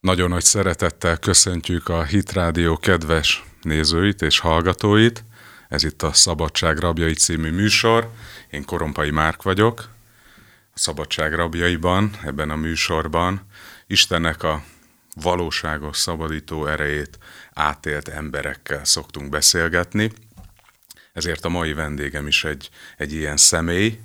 Nagyon nagy szeretettel köszöntjük a Hit Rádió kedves nézőit és hallgatóit. Ez itt a Szabadság rabjai című műsor. Én Korompai Márk vagyok. A Szabadság rabjaiban, ebben a műsorban Istennek a valóságos szabadító erejét átélt emberekkel szoktunk beszélgetni. Ezért a mai vendégem is egy ilyen személy,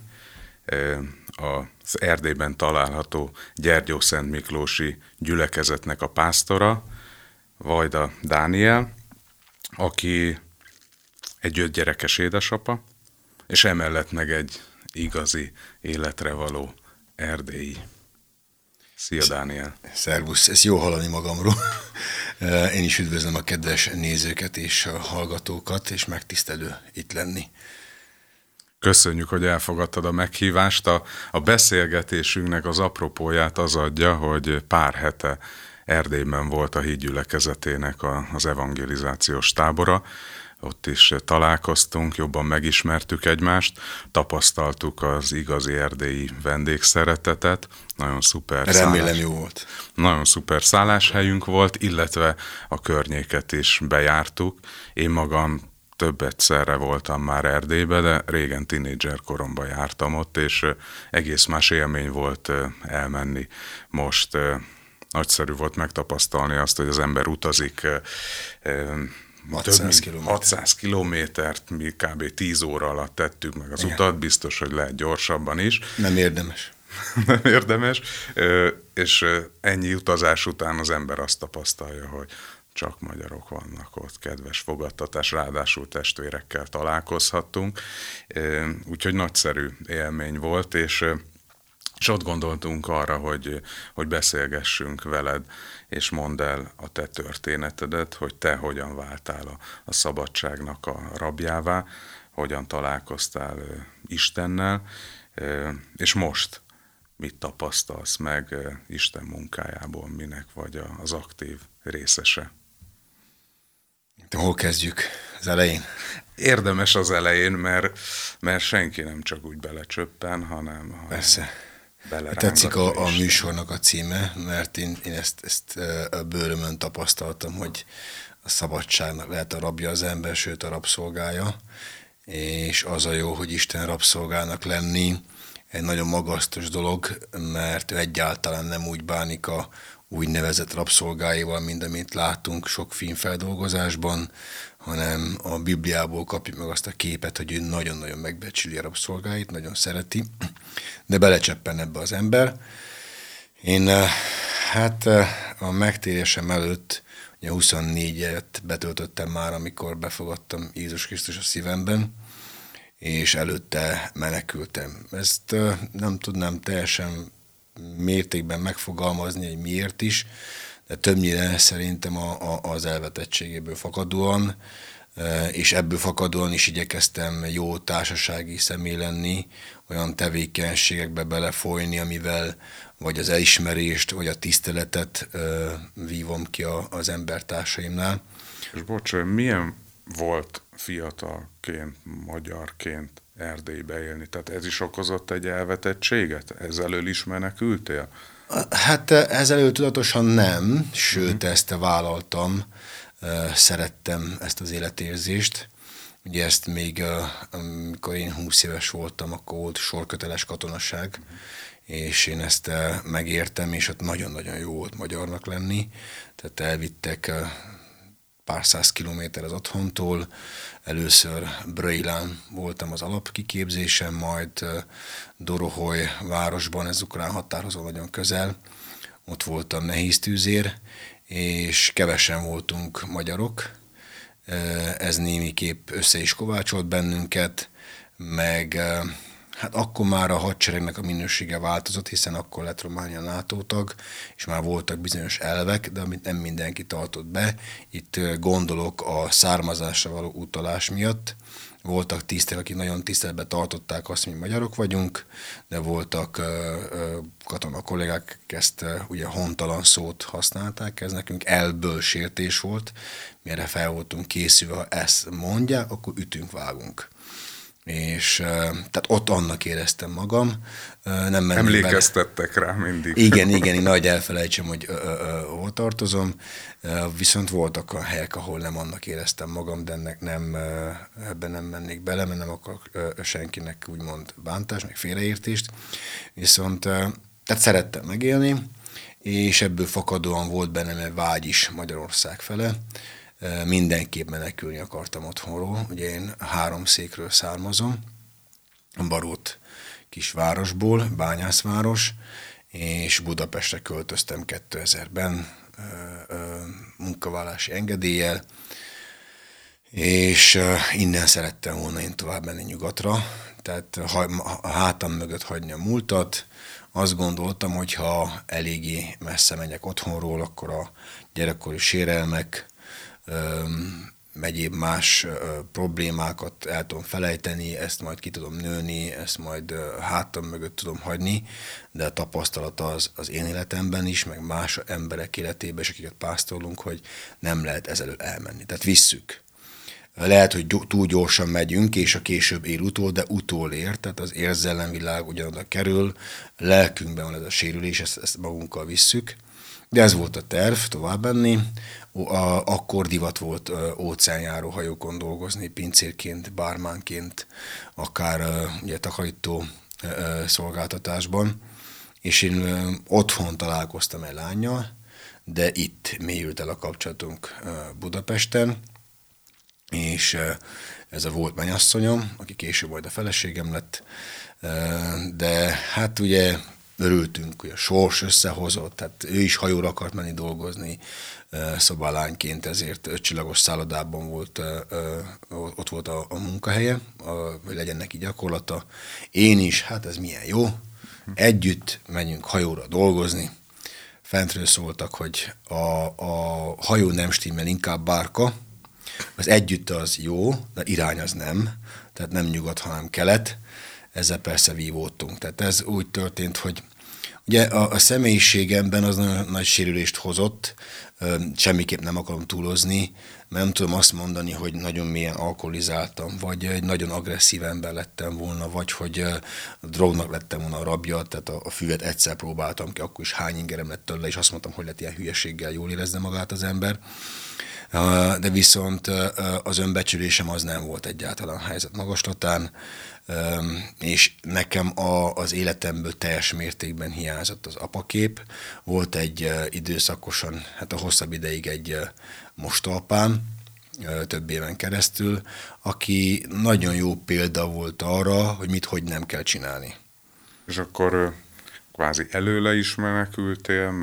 az Erdélyben található Gyergyószent Miklósi gyülekezetnek a pásztora, Vajda Dániel, aki egy 5 gyerekes édesapa, és emellett meg egy igazi életre való erdélyi. Szia, Dániel! Szervusz, ez jó hallani magamról. Én is üdvözlöm a kedves nézőket és a hallgatókat, és megtisztelő itt lenni. Köszönjük, hogy elfogadtad a meghívást. A beszélgetésünknek az apropóját az adja, hogy pár hete Erdélyben volt a hídgyülekezetének az evangelizációs tábora. Ott is találkoztunk, jobban megismertük egymást, tapasztaltuk az igazi erdélyi vendégszeretetet. Nagyon szuper Remélem jó volt. Nagyon szuper szálláshelyünk volt, illetve a környéket is bejártuk. Én magam több egyszerre voltam már Erdélybe, de régen tínédzser koromban jártam ott, és egész más élmény volt elmenni. Most nagyszerű volt megtapasztalni azt, hogy az ember utazik 600 kilométert, mi kb. 10 óra alatt tettük meg az utat, biztos, hogy lehet gyorsabban is. Nem érdemes. Nem érdemes, és ennyi utazás után az ember azt tapasztalja, hogy csak magyarok vannak ott, kedves fogadtatás, ráadásul testvérekkel találkozhattunk, úgyhogy nagyszerű élmény volt, és ott gondoltunk arra, hogy beszélgessünk veled, és mondd el a te történetedet, hogy te hogyan váltál a szabadságnak a rabjává, hogyan találkoztál Istennel, és most mit tapasztalsz meg Isten munkájából, minek vagy az aktív részese. De hol kezdjük? Az elején? Érdemes az elején, mert senki nem csak úgy belecsöppen, hanem persze. Tetszik a műsornak a címe, mert én ezt a bőrömön tapasztaltam, hogy a szabadságnak lehet a rabja az ember, sőt a rabszolgája, és az a jó, hogy Isten rabszolgának lenni egy nagyon magasztos dolog, mert ő egyáltalán nem úgy bánik a úgynevezett rabszolgáival, mint amit látunk sok filmfeldolgozásban, hanem a Bibliából kapjuk meg azt a képet, hogy ő nagyon-nagyon megbecsüli a rabszolgáit, nagyon szereti, de belecseppen ebbe az ember. Én a megtérésem előtt, ugye 24-et betöltöttem már, amikor befogadtam Jézus Krisztus a szívemben, és előtte menekültem. Ezt nem tudnám teljesen mértékben megfogalmazni, hogy miért is, de többnyire szerintem az elvetettségéből fakadóan, és ebből fakadóan is igyekeztem jó társasági személy lenni, olyan tevékenységekbe belefolyni, amivel vagy az elismerést, vagy a tiszteletet vívom ki az embertársaimnál. És bocs, milyen volt fiatalként, magyarként Erdélybe élni? Tehát ez is okozott egy elvetettséget? Ezelől is menekültél? Hát ezelől tudatosan nem, sőt ezt vállaltam, szerettem ezt az életérzést. Ugye ezt még, amikor én 20 éves voltam, akkor volt sorköteles katonaság, és én ezt megértem, és ott nagyon-nagyon jó volt magyarnak lenni. Tehát elvittek pár száz kilométer az otthontól. Először Brăilán voltam az alapkiképzésem, majd Dorohoy városban, ez ukrán határhoz nagyon közel. Ott voltam nehéztűzér, és kevesen voltunk magyarok. Ez némiképp össze is kovácsolt bennünket, meg hát akkor már a hadseregnek a minősége változott, hiszen akkor lett Románia NATO tag, és már voltak bizonyos elvek, de amit nem mindenki tartott be. Itt gondolok a származásra való utalás miatt. Voltak tisztek, akik nagyon tiszteletben tartották azt, mi magyarok vagyunk, de voltak katona kollégák, ezt ugye hontalan szót használták, ez nekünk elből sértés volt, mire fel voltunk készülve, ha ezt mondják, akkor ütünk, vágunk. és tehát ott annak éreztem magam. Nem emlékeztettek rá mindig. Igen, én nagy elfelejtsem, hogy hol tartozom, viszont voltak a helyek, ahol nem annak éreztem magam, de ennek ebben nem mennék bele, mert nem akarok senkinek úgymond bántást, meg félreértést, viszont tehát szerettem megélni, és ebből fakadóan volt bennem egy vágy is Magyarország fele. Mindenképp menekülni akartam otthonról. Ugye én Háromszékről származom, a Barót kisvárosból, bányászváros, és Budapestre költöztem 2000-ben munkavállási engedéllyel, és innen szerettem volna én tovább menni nyugatra, tehát a hátam mögött hagyni a múltat. Azt gondoltam, hogy ha eléggé messze megyek otthonról, akkor a gyerekkori sérelmek, egyéb más problémákat el tudom felejteni, ezt majd ki tudom nőni, ezt majd hátam mögött tudom hagyni, de a tapasztalat az én életemben is, meg más emberek életében is, akiket pásztorlunk, hogy nem lehet ezelől elmenni. Tehát visszük. Lehet, hogy túl gyorsan megyünk, és a később ér utól, de utól ér, tehát az érzelemvilág ugyanoda kerül, lelkünkben van ez a sérülés, ezt magunkkal visszük. De ez volt a terv, tovább menni. Akkor divat volt óceánjáró hajókon dolgozni, pincérként, bármánként, akár ugye, takarító szolgáltatásban. És én otthon találkoztam egy lánnyal, de itt mélyült el a kapcsolatunk Budapesten, és ez a volt mennyasszonyom, aki később majd a feleségem lett, de hát ugye örültünk, hogy a sors összehozott, tehát ő is hajóra akart menni dolgozni szobálányként, ezért 5 csillagos szállodában volt, ott volt a munkahelye, hogy legyen neki gyakorlata. Én is, hát ez milyen jó, együtt menjünk hajóra dolgozni. Fentről szóltak, hogy a hajó nem stimmel, inkább bárka, az együtt az jó, de irány az nem, tehát nem nyugat, hanem kelet. Ezzel persze vívódtunk. Tehát ez úgy történt, hogy ugye a személyiségemben az nagyon nagy sérülést hozott, semmiképp nem akarom túlozni, mert nem tudom azt mondani, hogy nagyon mélyen alkoholizáltam, vagy egy nagyon agresszív ember lettem volna, vagy hogy a drognak lettem volna a rabja, tehát a füvet egyszer próbáltam ki, akkor is hány ingerem lett tőle, és azt mondtam, hogy lehet ilyen hülyeséggel jól érezze magát az ember. De viszont az önbecsülésem az nem volt egyáltalán a helyzet magaslatán, és nekem az életemből teljes mértékben hiányzott az apakép. Volt egy időszakosan, hát a hosszabb ideig egy mostoapám, több éven keresztül, aki nagyon jó példa volt arra, hogy hogy nem kell csinálni. És akkor kvázi előle is menekültél,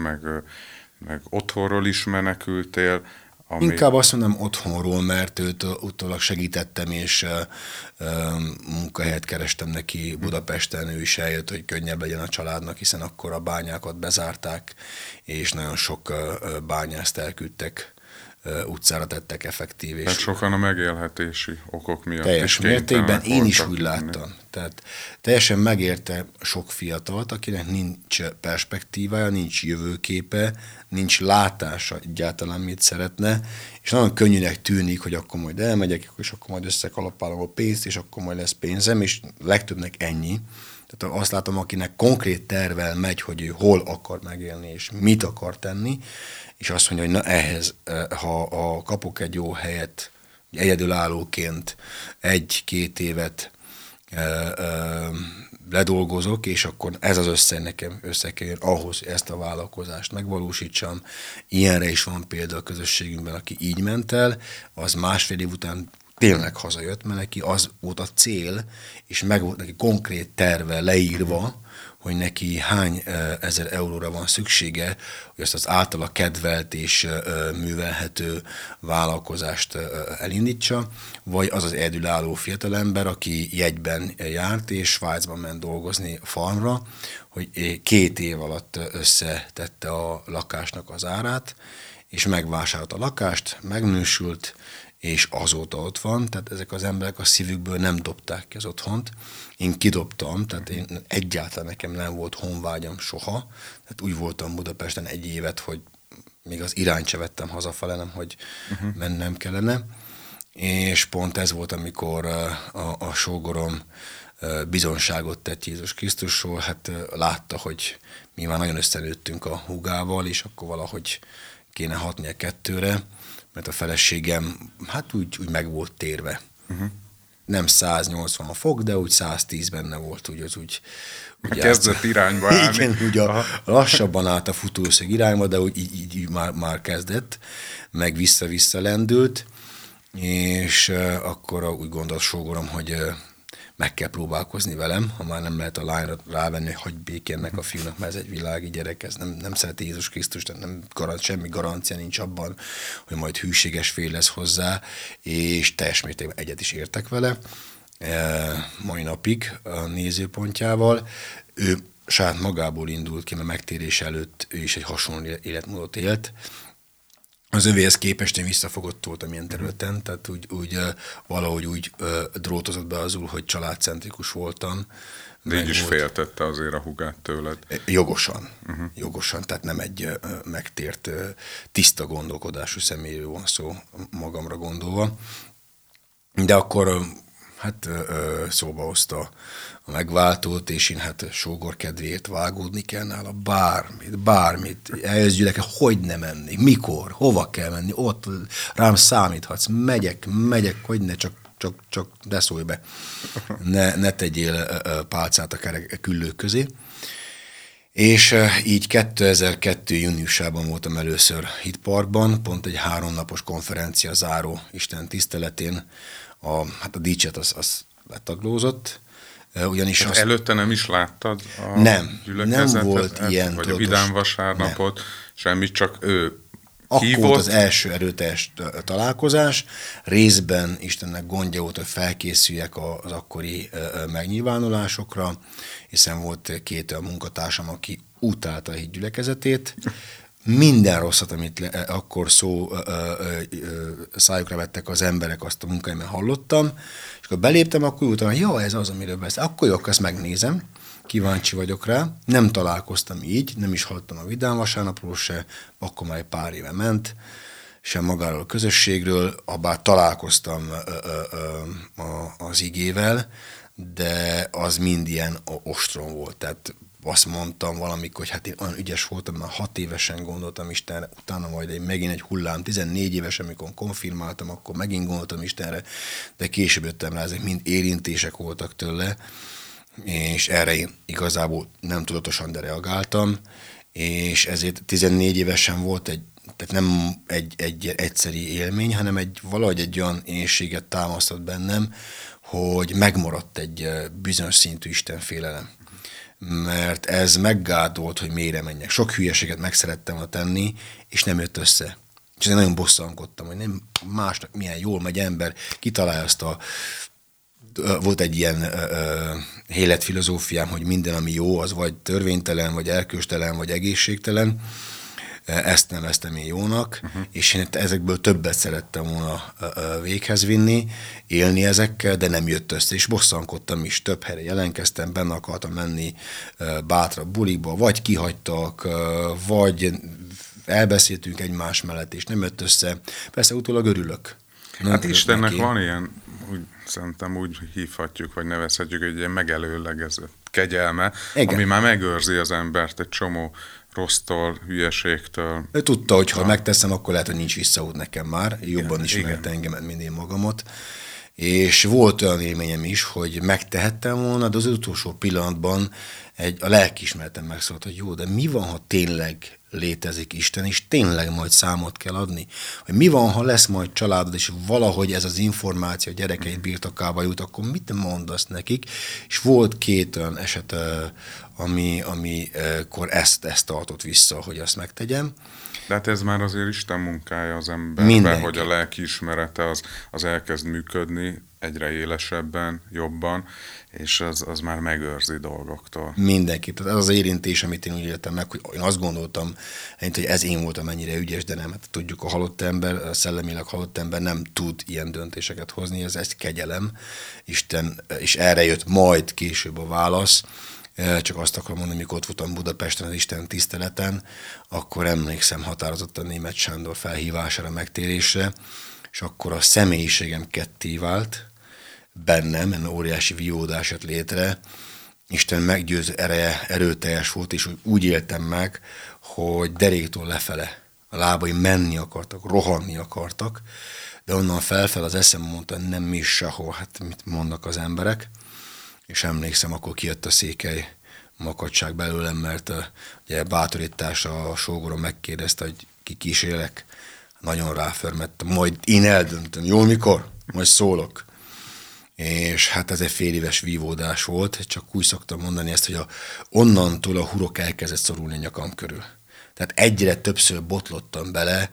meg otthonról is menekültél. Inkább azt mondom otthonról, mert őt utólag segítettem, és munkahelyet kerestem neki Budapesten, ő is eljött, hogy könnyebb legyen a családnak, hiszen akkor a bányákat bezárták, és nagyon sok bányászt elküldtek, utcára tettek effektív. Tehát sokan a megélhetési okok miatt teljes mértékben én is úgy láttam. Tehát teljesen megérte sok fiatalt, akinek nincs perspektívája, nincs jövőképe, nincs látása egyáltalán mit szeretne, és nagyon könnyűnek tűnik, hogy akkor majd elmegyek, és akkor majd összekalapálom a pénzt, és akkor majd lesz pénzem, és legtöbbnek ennyi. Tehát azt látom, akinek konkrét tervvel megy, hogy ő hol akar megélni, és mit akar tenni, és azt mondja, hogy na ehhez, ha kapok egy jó helyet, egyedülállóként 1-2 évet ledolgozok, és akkor ez az összeg nekem összekerül ahhoz, hogy ezt a vállalkozást megvalósítsam. Ilyenre is van példa a közösségünkben, aki így ment el, az 1,5 év után tényleg hazajött, mert neki az volt a cél, és meg volt neki konkrét terve leírva, hogy neki hány ezer euróra van szüksége, hogy azt az általa kedvelt és művelhető vállalkozást elindítsa, vagy az az egyedülálló fiatalember, aki jegyben járt és Svájcban ment dolgozni a farmra, hogy 2 év alatt összetette a lakásnak az árát, és megvásárolt a lakást, megnősült, és azóta ott van, tehát ezek az emberek a szívükből nem dobták ki az otthont. Én kidobtam, tehát egyáltalán nekem nem volt honvágyam soha, tehát úgy voltam Budapesten 1 évet, hogy még az irányt se vettem hazafele, nem, hogy mennem kellene. és pont ez volt, amikor a sógorom bizonságot tett Jézus Krisztusról, hát látta, hogy mi már nagyon összenőttünk a húgával, és akkor valahogy kéne hatni a kettőre, mert a feleségem hát úgy meg volt térve. Nem 180 a fok, de úgy 110 benne volt, úgy kezdett irányba állni. Igen, ugye lassabban állt a futószög irányba, de úgy így már kezdett, meg vissza-vissza lendült, és akkor úgy gondolt sógorom, hogy meg kell próbálkozni velem, ha már nem lehet a lányra rávenni, hogy hagyj békén ennek a fiúnak, mert ez egy világi gyerek, ez nem szereti Jézus Krisztust, semmi garancia nincs abban, hogy majd hűséges fél lesz hozzá, és teljes mértékben egyet is értek vele, mai napig a nézőpontjával. Ő saját magából indult ki, mert megtérés előtt ő is egy hasonló életmódot élt. Az övéhez képest én visszafogott voltam ilyen területen, tehát valahogy úgy drótozott be azul, hogy családcentrikus voltam. De így is féltette azért a hugát tőled. Jogosan, tehát nem egy megtért, tiszta gondolkodású személyről van szó, magamra gondolva. De akkor hát szóba hozta a megváltót, és én hát sógor kedvéért vágódni kell nála, bármit, eljössz gyüleke, hogy nem menni, mikor, hova kell menni, ott rám számíthatsz, megyek, hogy ne, csak de szólj be, ne tegyél pálcát a küllők közé. És így 2002. júniusában voltam először Hit Parkban, pont egy 3 napos konferencia záró Isten tiszteletén, hát a dicset az letaglózott, ugyanis azt... Előtte nem is láttad a gyülekezetet? Nem volt ilyen. Vagy a Vidám vasárnapot, semmit, csak ő akkor hívott. Volt az első erőteljes találkozás, részben Istennek gondja volt, hogy felkészüljek az akkori megnyilvánulásokra, hiszen volt 2 olyan munkatársam, aki utálta a hit gyülekezetét, minden rosszat, amit akkor szájukra vettek az emberek, azt a munkahelyben hallottam, és akkor beléptem, akkor utána, jó, ez az, amiről beszél. Akkor jó, ezt megnézem, kíváncsi vagyok rá, nem találkoztam így, nem is hallottam a Vidám vasárnapról se, akkor már egy pár éve ment, sem magáról a közösségről, abár találkoztam az igével, de az mind ilyen ostrom volt, tehát azt mondtam valamikor, hogy hát én olyan ügyes voltam, már 6 évesen gondoltam Istenre, utána majd megint egy hullám, 14 évesen, amikor konfirmáltam, akkor megint gondoltam Istenre, de később jöttem rá, ezek mind érintések voltak tőle, és erre én igazából nem tudatosan, de reagáltam, és ezért 14 évesen volt tehát nem egy egyszeri élmény, hanem valahogy egy olyan énséget támasztott bennem, hogy megmaradt egy bizonyos szintű istenfélelem. Mert ez meggádolt, hogy mélyre menjek. Sok hülyeséget meg szerettem volna tenni, és nem jött össze. És én nagyon bosszankodtam, hogy nem másnak milyen jól megy ember, kitalálja azt volt egy ilyen életfilozófiám, hogy minden, ami jó, az vagy törvénytelen, vagy erkölcstelen, vagy egészségtelen. Ezt neveztem én jónak, és én ezekből többet szerettem volna véghez vinni, élni ezekkel, de nem jött össze, és bosszankodtam is, több helyre jelentkeztem, benne akartam menni bátrabb bulikba, vagy kihagytak, vagy elbeszéltünk egymás mellett, és nem jött össze. Persze utólag örülök. Hát Istennek van ilyen, szerintem úgy hívhatjuk, vagy nevezhetjük, hogy egy ilyen megelőlegezett kegyelme, igen, ami már megőrzi az embert egy csomó rossztól, hülyeségtől. Ő tudta, hogy ha megteszem, akkor lehet, hogy nincs visszaút nekem már. Jobban ismerte engemet, mint én magamat. És volt olyan élményem is, hogy megtehettem volna, de az utolsó pillanatban a lelkiismeretem megszólalt, hogy jó, de mi van, ha tényleg létezik Isten, és tényleg majd számot kell adni? Hogy mi van, ha lesz majd családod, és valahogy ez az információ a gyerekeid birtokába jut, akkor mit mondasz nekik? És volt 2 olyan eset, amikor ezt tartott vissza, hogy azt megtegyem. De hát ez már azért Isten munkája az emberben, hogy a lelkiismerete az elkezd működni egyre élesebben, jobban, és az már megőrzi dolgoktól. Mindenképp. Tehát ez az érintés, amit én úgy éltem meg, hogy én azt gondoltam, hogy ez én voltam ennyire ügyes, de nem. Hát tudjuk, a halott ember, a szellemileg halott ember nem tud ilyen döntéseket hozni, ez egy kegyelem. Isten, és erre jött majd később a válasz. Csak azt akarom mondani, amikor ott voltam Budapesten az Isten tiszteleten, akkor emlékszem határozottan Németh Sándor felhívására, megtérésre, és akkor a személyiségem ketté vált, bennem óriási vívódás jött létre, Isten meggyőző ereje erőteljes volt, és úgy éltem meg, hogy deréktől lefele a lábaim menni akartak, rohanni akartak, de onnan felfel az eszem mondta, nem is sehol, hát mit mondnak az emberek, és emlékszem, akkor kijött a székely makadság belőlem, mert ugye bátorítás a sógorom megkérdezte, hogy ki kísérlek, nagyon ráförmettem, majd én eldöntöm, jó mikor? Majd szólok. És hát ez egy fél éves vívódás volt, csak úgy szoktam mondani ezt, hogy onnantól a hurok elkezdett szorulni a nyakam körül. Tehát egyre többször botlottam bele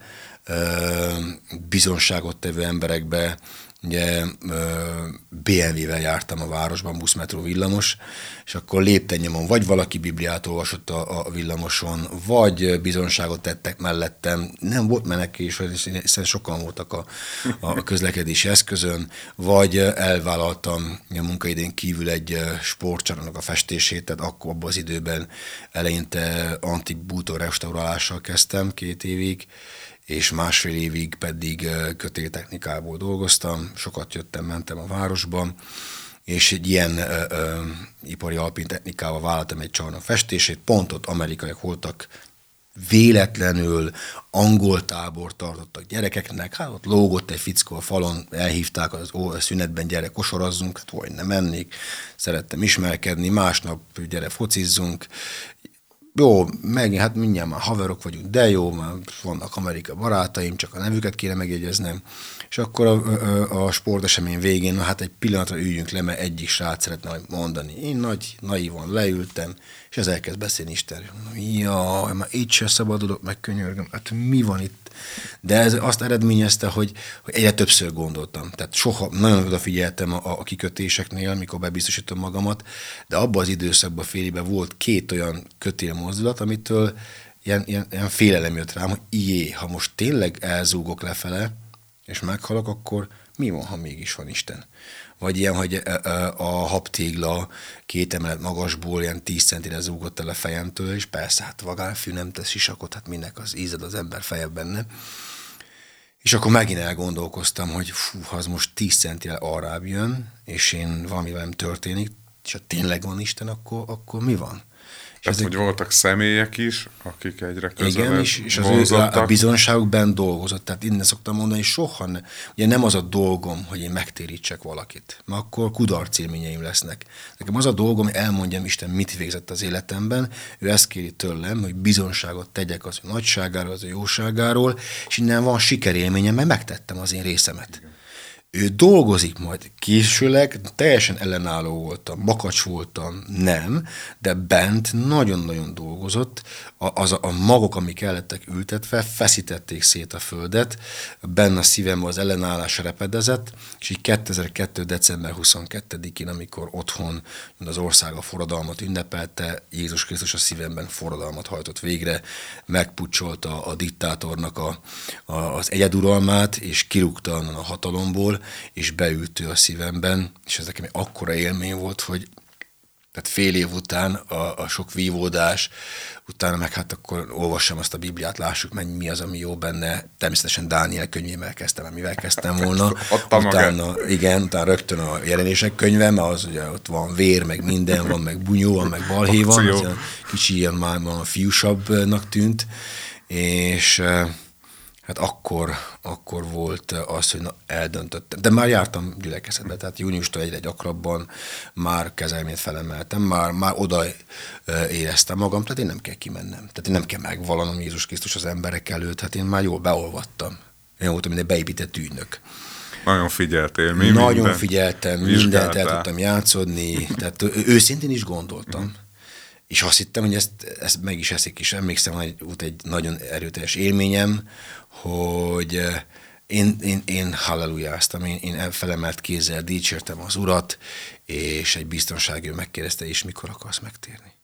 bizonságot tevő emberekbe, ugye BMW-vel jártam a városban, busz, metró, villamos, és akkor lépten-nyomon vagy valaki Bibliát olvasott a villamoson, vagy bizonságot tettek mellettem, nem volt menekés, hiszen sokan voltak a közlekedési eszközön, vagy elvállaltam a munkaidén kívül egy sportcsarnoknak a festését, tehát akkor abban az időben eleinte antik bútor restaurálással kezdtem 2 évig, és másfél évig pedig kötéltechnikából dolgoztam, sokat jöttem, mentem a városban, és egy ilyen ipari alpin technikával vállaltam egy csarnok festését, pont ott amerikaiak voltak, véletlenül angol tábor tartottak gyerekeknek, hát ott lógott egy fickó a falon, elhívták az szünetben, gyere kosarazzunk, hát hogy nem mennék, szerettem ismerkedni, másnap gyere focizzunk, jó, megint, hát mindjárt már haverok vagyunk, de jó, már vannak Amerika barátaim, csak a nevüket kéne megjegyeznem. És akkor a sportesemény végén, hát egy pillanatra üljünk le, mert egyik srác szeretne mondani. Én naívan leültem, és ez elkezd beszélni Istenről. Jaj, már így se szabadulok, meg könyörgöm, hát mi van itt? De ez azt eredményezte, hogy egyre többször gondoltam. Tehát soha, nagyon odafigyeltem a kikötéseknél, mikor bebiztosítom magamat, de abban az időszakban fél évben volt 2 olyan kötélmozdulat, amitől ilyen félelem jött rám, hogy ha most tényleg elzúgok lefele, és meghalok, akkor mi van, ha mégis van Isten? Vagy ilyen, hogy a habtégla 2 emelet magasból ilyen 10 centire zúgott el a fejemtől, és persze, hát vagánfű nem tesz sisakot, hát minek az ízed az ember feje benne. És akkor megint elgondolkoztam, hogy ha az most 10 centire arrább jön, és én valami velem történik, és ha tényleg van Isten, akkor mi van? Tehát, hogy voltak személyek is, akik egyre közelebb igen, és az a bizonságukban dolgozott. Tehát innen szoktam mondani, soha ugye nem az a dolgom, hogy én megtérítsek valakit, mert akkor kudarc élményeim lesznek. Nekem az a dolgom, hogy elmondjam Isten, mit végzett az életemben, ő ezt kéri tőlem, hogy bizonságot tegyek az ő nagyságáról, az ő jóságáról, és innen van sikerélményem, mert megtettem az én részemet. Igen. Ő dolgozik majd későleg, teljesen ellenálló voltam, makacs voltam, nem, de bent nagyon-nagyon dolgozott, a magok, amik ellettek ültetve, feszítették szét a földet, benne a szívemben az ellenállás repedezett, és így 2002. december 22-én, amikor otthon az ország a forradalmat ünnepelte, Jézus Krisztus a szívemben forradalmat hajtott végre, megpucsolta a diktátornak az egyeduralmát, és kirúgta onnan a hatalomból, és beült ő a szívemben, és ez nekem egy akkora élmény volt, hogy tehát fél év után a sok vívódás, utána meg hát akkor olvassam azt a Bibliát, lássuk meg, mi az, ami jó benne. Természetesen Dániel könyvémmel kezdtem, amivel kezdtem volna. Utána rögtön a Jelenések könyve, mert az ugye ott van vér, meg minden van, meg bunyó van, meg balhé van. Az kicsi ilyen már a fiúsabbnak tűnt, és hát akkor volt az, hogy eldöntöttem. De már jártam gyülekezetbe, tehát júniustól egyre gyakrabban már kezelmét felemeltem, már oda éreztem magam, tehát én nem kell kimennem. Tehát én nem kell megvallanom Jézus Krisztus az emberek előtt, hát én már jól beolvattam. Én voltam, mint egy beépített ügynök. Nagyon figyeltél, Nagyon figyeltem, mindent el tudtam játszodni, tehát őszintén is gondoltam. És azt hittem, hogy ezt meg is eszik, és emlékszem, hogy volt egy nagyon erőteljes élményem, hogy én hallelujáztam, én felemelt kézzel dicsértem az Urat, és egy biztonságőr megkérdezte, és mikor akarsz megtérni?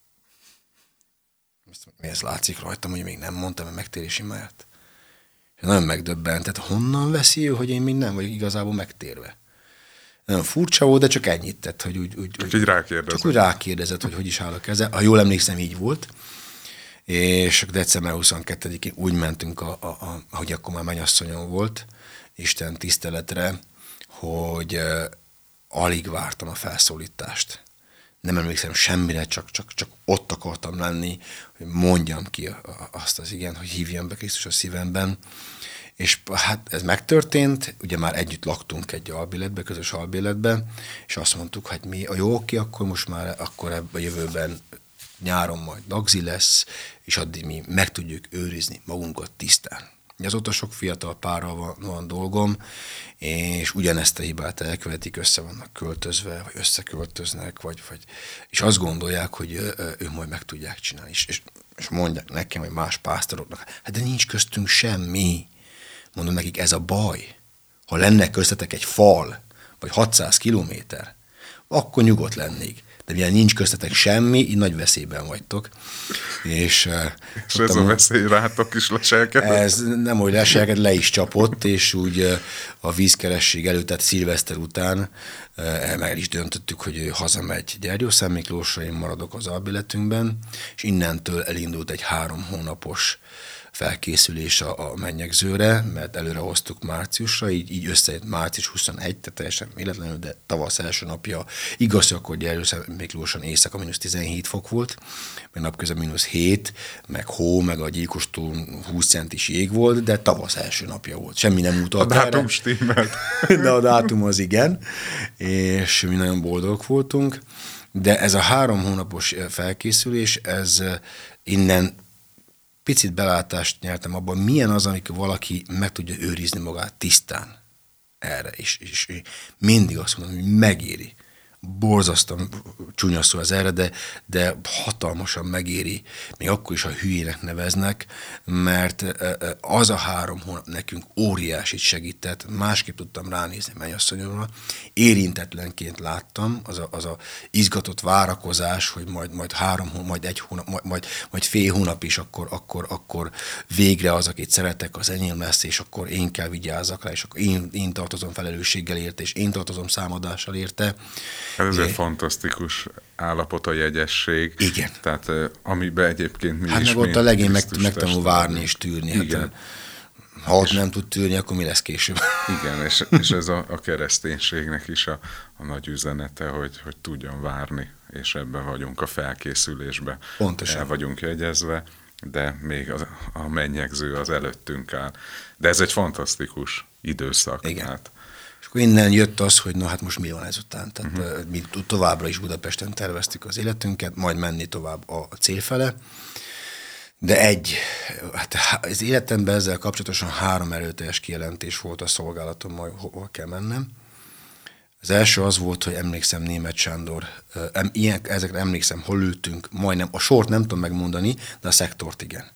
Mi ez látszik rajtam, hogy még nem mondtam a megtérési máját. Nagyon megdöbbent, tehát honnan veszi ő, hogy én még nem vagyok igazából megtérve? Nagyon furcsa volt, de csak ennyit tett, hogy úgy rákérdezett, hogy is állok ezzel. Ha jól emlékszem, így volt. és december 22-én úgy mentünk, ahogy akkor már mennyasszonyom volt, Isten tiszteletre, hogy alig vártam a felszólítást. Nem emlékszem semmire, csak ott akartam lenni, hogy mondjam ki azt az igen, hogy hívjam be Krisztus a szívemben. És hát ez megtörtént, ugye már együtt laktunk egy albéletbe, közös albéletbe, és azt mondtuk, hogy mi a jó, oké, akkor most már akkor ebben a jövőben nyáron majd lagzi lesz, és addig mi meg tudjuk őrizni magunkat tisztán. Azóta sok fiatal párral van dolgom, és ugyanezt a hibát elkövetik, össze vannak költözve, vagy összeköltöznek, és azt gondolják, hogy ők majd meg tudják csinálni. És mondják nekem, vagy más pásztoroknak, hát de nincs köztünk semmi. Mondom nekik, ez a baj. Ha lenne köztetek egy fal, vagy 600 kilométer, akkor nyugodt lennék. De mivel nincs köztetek semmi, így nagy veszélyben vagytok. És ez a veszély rátok is leselkedett? Ez nem, hogy leselkedett, le is csapott, és úgy a vízkeresség előtt, tehát szilveszter után meg is döntöttük, hogy ő hazamegy Gyergyószent Miklósra, én maradok az albéletünkben, és innentől elindult egy 3 hónapos felkészülés a mennyegzőre, mert előre hoztuk márciusra, így összejött március 21, tehát teljesen véletlenül, de tavasz első napja, igaz, hogy akkor Gyergyószent Miklóson éjszaka -17 fok volt, meg napközben -7, meg hó, meg a Gyilkostón 20 centis jég volt, de tavasz első napja volt. Semmi nem utalt erre. A dátum stimmelt. De a dátum az igen, és mi nagyon boldogok voltunk, de ez a 3 hónapos felkészülés, ez innen picit belátást nyertem abban, milyen az, amikor valaki meg tudja őrizni magát tisztán erre, és mindig azt mondom, hogy megéri. Borzasztóan csúnya szó az erre, de hatalmasan megéri, még akkor is, ha hülyének neveznek, mert az a 3 hónap nekünk óriásit segített, másképp tudtam ránézni mennyasszonyomra, érintetlenként láttam, az a izgatott várakozás, hogy majd 3 hónap, majd 1 hónap, majd fél hónap is, akkor végre az, akit szeretek, az enyém lesz, és akkor én kell vigyázzak rá, és akkor én tartozom felelősséggel érte, és én tartozom számadással érte. Ez egy fantasztikus állapot a jegyesség. Igen. Tehát amiben egyébként mi hát is... Hát meg ott a legény megtanul várni és tűrni. Igen. Hát, ha ott nem tud tűrni, akkor mi lesz később? Igen, és ez a kereszténységnek is a nagy üzenete, hogy tudjon várni, és ebben vagyunk a felkészülésben. Pontosan. El vagyunk jegyezve, de még a mennyegző az előttünk áll. De ez egy fantasztikus időszak. Igen. Hát. És akkor innen jött az, hogy na hát most mi van ezután. Tehát mi továbbra is Budapesten terveztük az életünket, majd menni tovább a cél fele. De hát az életemben ezzel kapcsolatosan 3 erőteljes kijelentés volt a szolgálatom, majd hova kell mennem. Az első az volt, hogy emlékszem Németh Sándor, ezekre emlékszem, hol ültünk, majdnem, a sort nem tudom megmondani, de a szektort igen.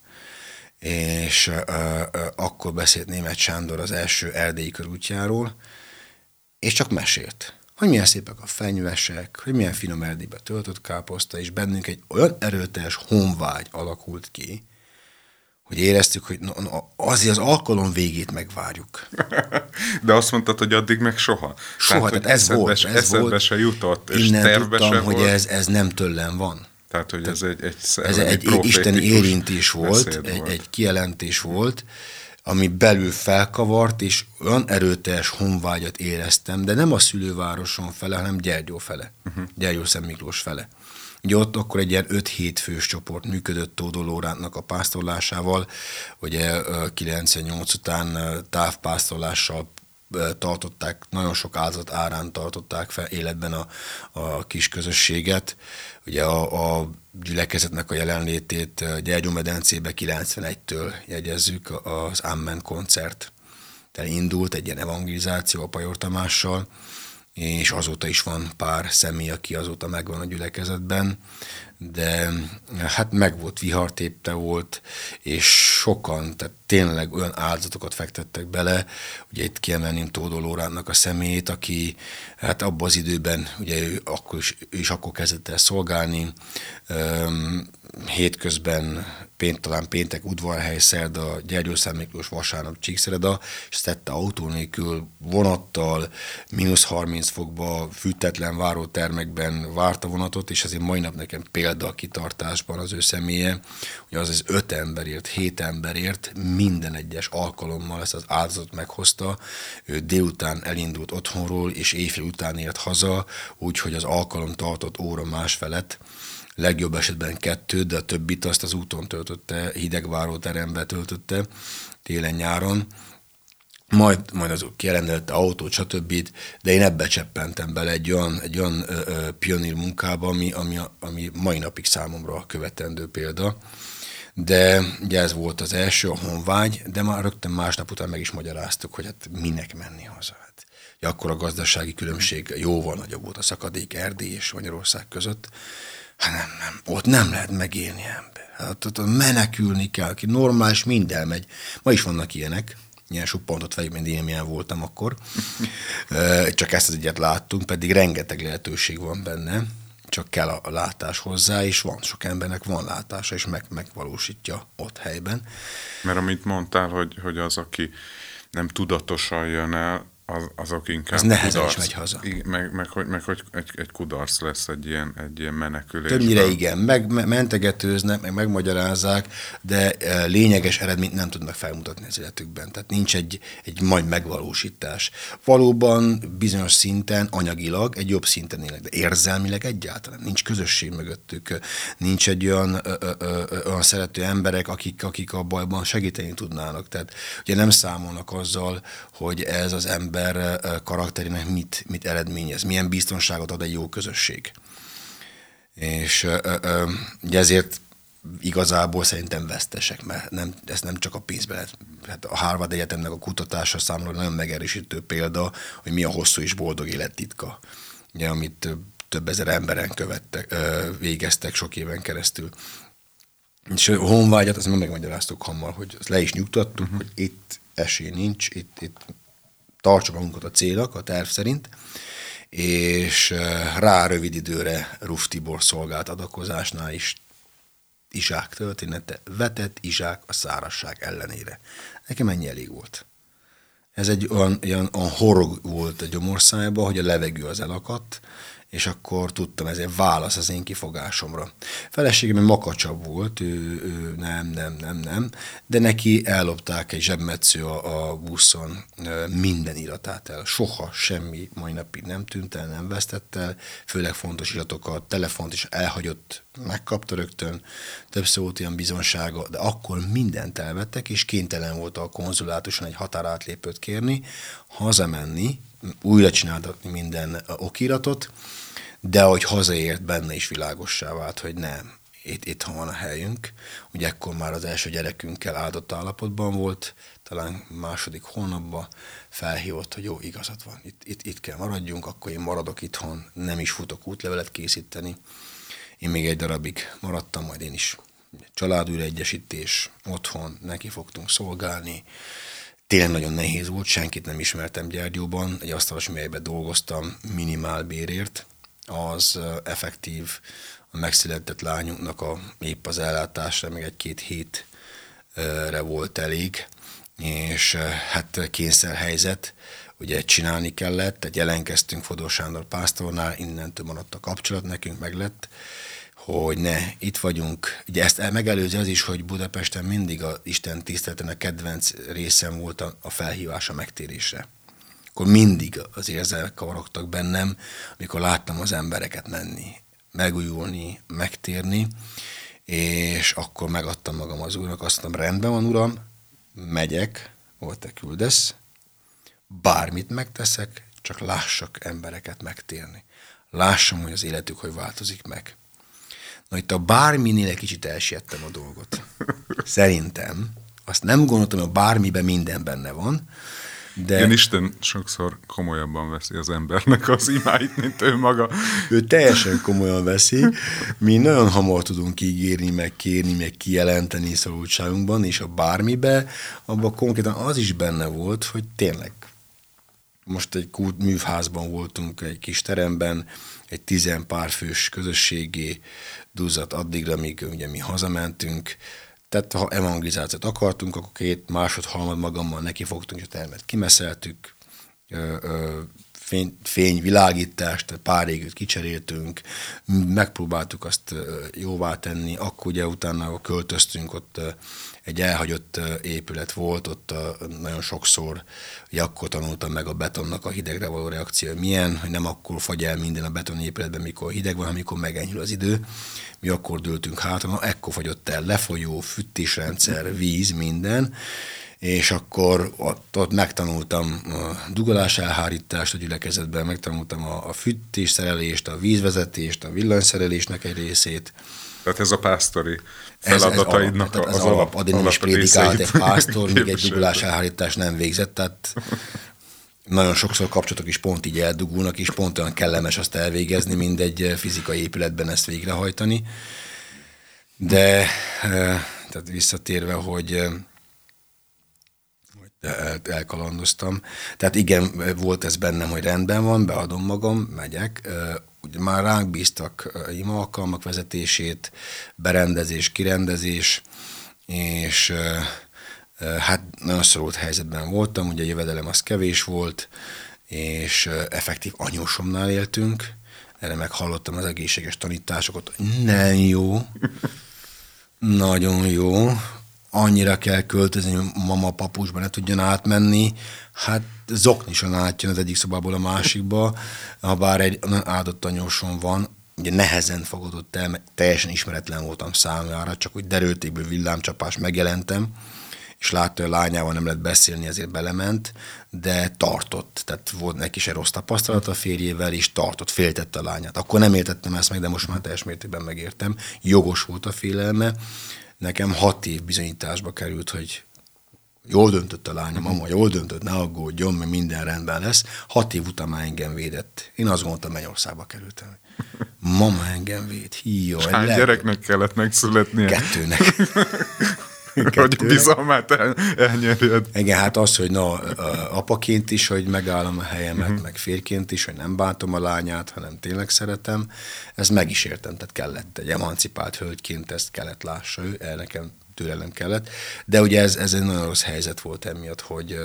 És akkor beszélt Németh Sándor az első erdélyi körútjáról, és csak mesélt, hogy milyen szépek a fenyvesek, hogy milyen finom erdélybe töltött káposzta, és bennünk egy olyan erőteljes honvágy alakult ki, hogy éreztük, hogy azért az alkalom végét megvárjuk. De azt mondtad, hogy addig meg soha. Soha, tehát ez volt. Eszedbe se jutott, és innen tervbe tudtam, se hogy volt. ez nem tőlem van. Tehát, hogy ez egy isteni érintés volt, egy kijelentés volt, ami belül felkavart, és olyan erőteljes honvágyat éreztem, de nem a szülővároson fele, hanem Gyergyó fele, Gyergyószent Miklós fele. Ugye ott akkor egy ilyen 5-7 fős csoport működött Tódó Lórántnak a pásztorlásával, ugye 98 után távpásztorlással tartották, nagyon sok áldozat árán tartották fel életben a kis közösséget. Ugye a gyülekezetnek a jelenlétét Gyergyómedencébe 91-től jegyezzük, az Amen koncert. Tehát indult egy ilyen evangelizáció a Pajor Tamással, és azóta is van pár személy, aki azóta megvan a gyülekezetben, de hát meg volt, vihartépte volt, és sokan, tehát tényleg olyan áldozatokat fektettek bele, ugye itt kiemelném Tódó Lórántnak a személyét, aki hát abban az időben, ugye ő is akkor kezdett el szolgálni, hétközben talán péntek Udvarhely, szerda Gyergyószent Miklós, vasárnap Csíkszereda, és tette autó nélkül, vonattal, -30 fokba, fűtetlen várótermekben várta vonatot, és azért mai nap nekem példa a kitartásban az ő személye, hogy az 5 emberért, 7 emberért minden egyes alkalommal ezt az áldozatot meghozta. Ő délután elindult otthonról, és éjfél után ért haza, úgyhogy az alkalom tartott óra másfelett, legjobb esetben 2, de a többit azt az úton töltötte, hidegváróterembe töltötte, télen-nyáron. Majd azok kirendelte autót, stb. De én ebbe cseppentem bele egy olyan pionír munkába, ami mai napig számomra követendő példa. De ugye ez volt az első, a honvágy, de már rögtön másnap után meg is magyaráztuk, hogy hát minek menni haza. Hát, akkor a gazdasági különbség jóval nagyobb volt a szakadék Erdély és Magyarország között. Hát nem, ott nem lehet megélni ember. Hát ott menekülni kell, aki normális, mind elmegy. Ma is vannak ilyenek, ilyen suppantott fejük, mint én milyen voltam akkor. Csak ezt az egyet láttunk, pedig rengeteg lehetőség van benne, csak kell a látás hozzá, és van, sok embernek van látása, és megvalósítja ott helyben. Mert amit mondtál, hogy az, aki nem tudatosan jön el, azok inkább az nehezen is megy haza. Meg hogy egy kudarc lesz egy ilyen menekülés. Többnyire igen, mentegetőznek, megmagyarázzák, de lényeges eredményt nem tudnak felmutatni az életükben. Tehát nincs egy majd megvalósítás. Valóban bizonyos szinten, anyagilag egy jobb szinten élnek, de érzelmileg egyáltalán nincs közösség mögöttük, nincs egy olyan szerető emberek, akik a bajban segíteni tudnának. Tehát ugye nem számolnak azzal, hogy ez az ember karakterének mit eredményez, milyen biztonságot ad egy jó közösség. És ugye ezért igazából szerintem vesztesek, mert ezt nem csak a pénzbe lehet. Hát a Harvard Egyetemnek a kutatása számomra nagyon megerősítő példa, hogy mi a hosszú és boldog élet titka, ugye, amit több ezer emberen végeztek sok éven keresztül. És a honvágyat, azt megmagyaráztuk hamar, hogy azt le is nyugtattuk, hogy itt esély nincs, itt tartsuk magunkat a célok, a terv szerint, és rá rövid időre Ruf Tibor szolgált adakozásnál is Izsák története, vetett Izsák a szárazság ellenére. Nekem ennyi elég volt. Ez egy olyan horog volt a gyomorszájban, hogy a levegő az elakadt, és akkor tudtam, ez egy válasz az én kifogásomra. Feleségem makacsabb volt, ő nem, de neki ellopták egy zsebmetsző a buszon minden iratát el. Soha semmi mai napig nem tűnt el, nem vesztett el, főleg fontos iratokat, telefont is elhagyott, megkapta rögtön, többször volt ilyen bizonsága, de akkor mindent elvettek, és kénytelen volt a konzulátuson egy határátlépőt kérni, hazamenni, újra csináltatni minden okiratot, de ahogy hazaért, benne is világossá vált, hogy nem, itt van a helyünk. Ugye ekkor már az első gyerekünkkel áldott állapotban volt, talán második hónapban felhívott, hogy jó, igazad van, itt kell maradjunk, akkor én maradok itthon, nem is futok útlevelet készíteni. Én még egy darabig maradtam, majd én is családújraegyesítés, otthon, neki fogtunk szolgálni. Tényleg nagyon nehéz volt, senkit nem ismertem Gyergyóban, egy asztalos műhelyben dolgoztam minimálbérért, az effektív a megszületett lányunknak épp az ellátásra, még 1-2 hétre volt elég, és hát kényszerhelyzet, ugye csinálni kellett, tehát jelentkeztünk Fodor Sándor pásztornál, innentől maradt a kapcsolat, nekünk meg lett, hogy itt vagyunk. Ugye ezt megelőzi az is, hogy Budapesten mindig az Isten tiszteleten kedvenc részem volt a felhívás a megtérésre. Akkor mindig az érzelmek kavarogtak bennem, amikor láttam az embereket menni, megújulni, megtérni, és akkor megadtam magam az Úrnak, azt mondtam, rendben van, Uram, megyek, hol te küldesz, bármit megteszek, csak lássak embereket megtérni. Lássam, hogy az életük hogy változik meg. Na itt a bárminél egy kicsit elsiettem a dolgot. Szerintem, azt nem gondoltam, hogy a bármiben minden benne van, de... Igen, Isten sokszor komolyabban veszi az embernek az imáit, mint ő maga. Ő teljesen komolyan veszi. Mi nagyon hamar tudunk ígérni, meg kérni, meg kijelenteni szorultságunkban, és a bármibe, abban konkrétan az is benne volt, hogy tényleg most egy művházban voltunk, egy kis teremben, egy 10 pár fős közösségé duzzadt addigra, míg ugye mi hazamentünk. Tehát ha evangelizációt akartunk, akkor 2 másod-harmad magammal nekifogtunk, és a termet kimeszeltük, fényvilágítást, pár égőt kicseréltünk, megpróbáltuk azt jóvá tenni, akkor ugye utána költöztünk, ott egy elhagyott épület volt, ott nagyon sokszor, hogy akkor tanultam meg a betonnak a hidegre való reakció milyen, hogy nem akkor fagy el minden a betonépületben, mikor hideg van, amikor megenyhül az idő. Mi akkor dőltünk hátra, ekkor fagyott el lefolyó, fűtésrendszer, víz, minden, és akkor ott megtanultam a dugolás elhárítást a gyülekezetben, megtanultam a fűtésszerelést, a vízvezetést, a villanyszerelésnek egy részét. Tehát ez a pásztori feladataidnak az alap. Addig nem is prédikált egy pásztor, míg egy dugolás elhárítás nem végzett, tehát nagyon sokszor kapcsolatok is pont így eldugulnak, és pont olyan kellemes azt elvégezni, mint egy fizikai épületben ezt végrehajtani. De tehát visszatérve, hogy elkalandoztam. Tehát igen, volt ez bennem, hogy rendben van, beadom magam, megyek. Ugye már ránk bíztak ima alkalmak vezetését, berendezés, kirendezés, és hát nagyon szorult helyzetben voltam, ugye a jövedelem az kevés volt, és effektív anyósomnál éltünk, erre meghallottam az egészséges tanításokat, nem jó, nagyon jó, annyira kell költözni, hogy mama papucsba ne tudjon átmenni, hát zoknisan átjön az egyik szobából a másikba, ha bár egy áldott anyósom van, ugye nehezen fogadott el, mert teljesen ismeretlen voltam számára, csak úgy derültékből villámcsapás megjelentem, és látta, hogy a lányával nem lehet beszélni, ezért belement, de tartott, tehát volt neki se rossz tapasztalat a férjével, és tartott, féltette a lányát. Akkor nem értettem ezt meg, de most már teljes mértékben megértem. Jogos volt a félelme. Nekem 6 év bizonyításba került, hogy jól döntött a lányom, mama, jól döntött, ne aggódjon, mert minden rendben lesz. 6 év után már engem védett. Én azt gondoltam, Mennyországba kerültem. Mama engem véd. Hány gyereknek kellett megszületnie? 2-nek. Hogy bizalmát elnyerjed. Igen, hát az, hogy apaként is, hogy megállom a helyemet, meg férként is, hogy nem bántom a lányát, hanem tényleg szeretem, ezt meg is értem, tehát kellett egy emancipált hölgyként, ezt kellett lássa ő, nekem türelem kellett, de ugye ez egy nagyon rossz helyzet volt emiatt, hogy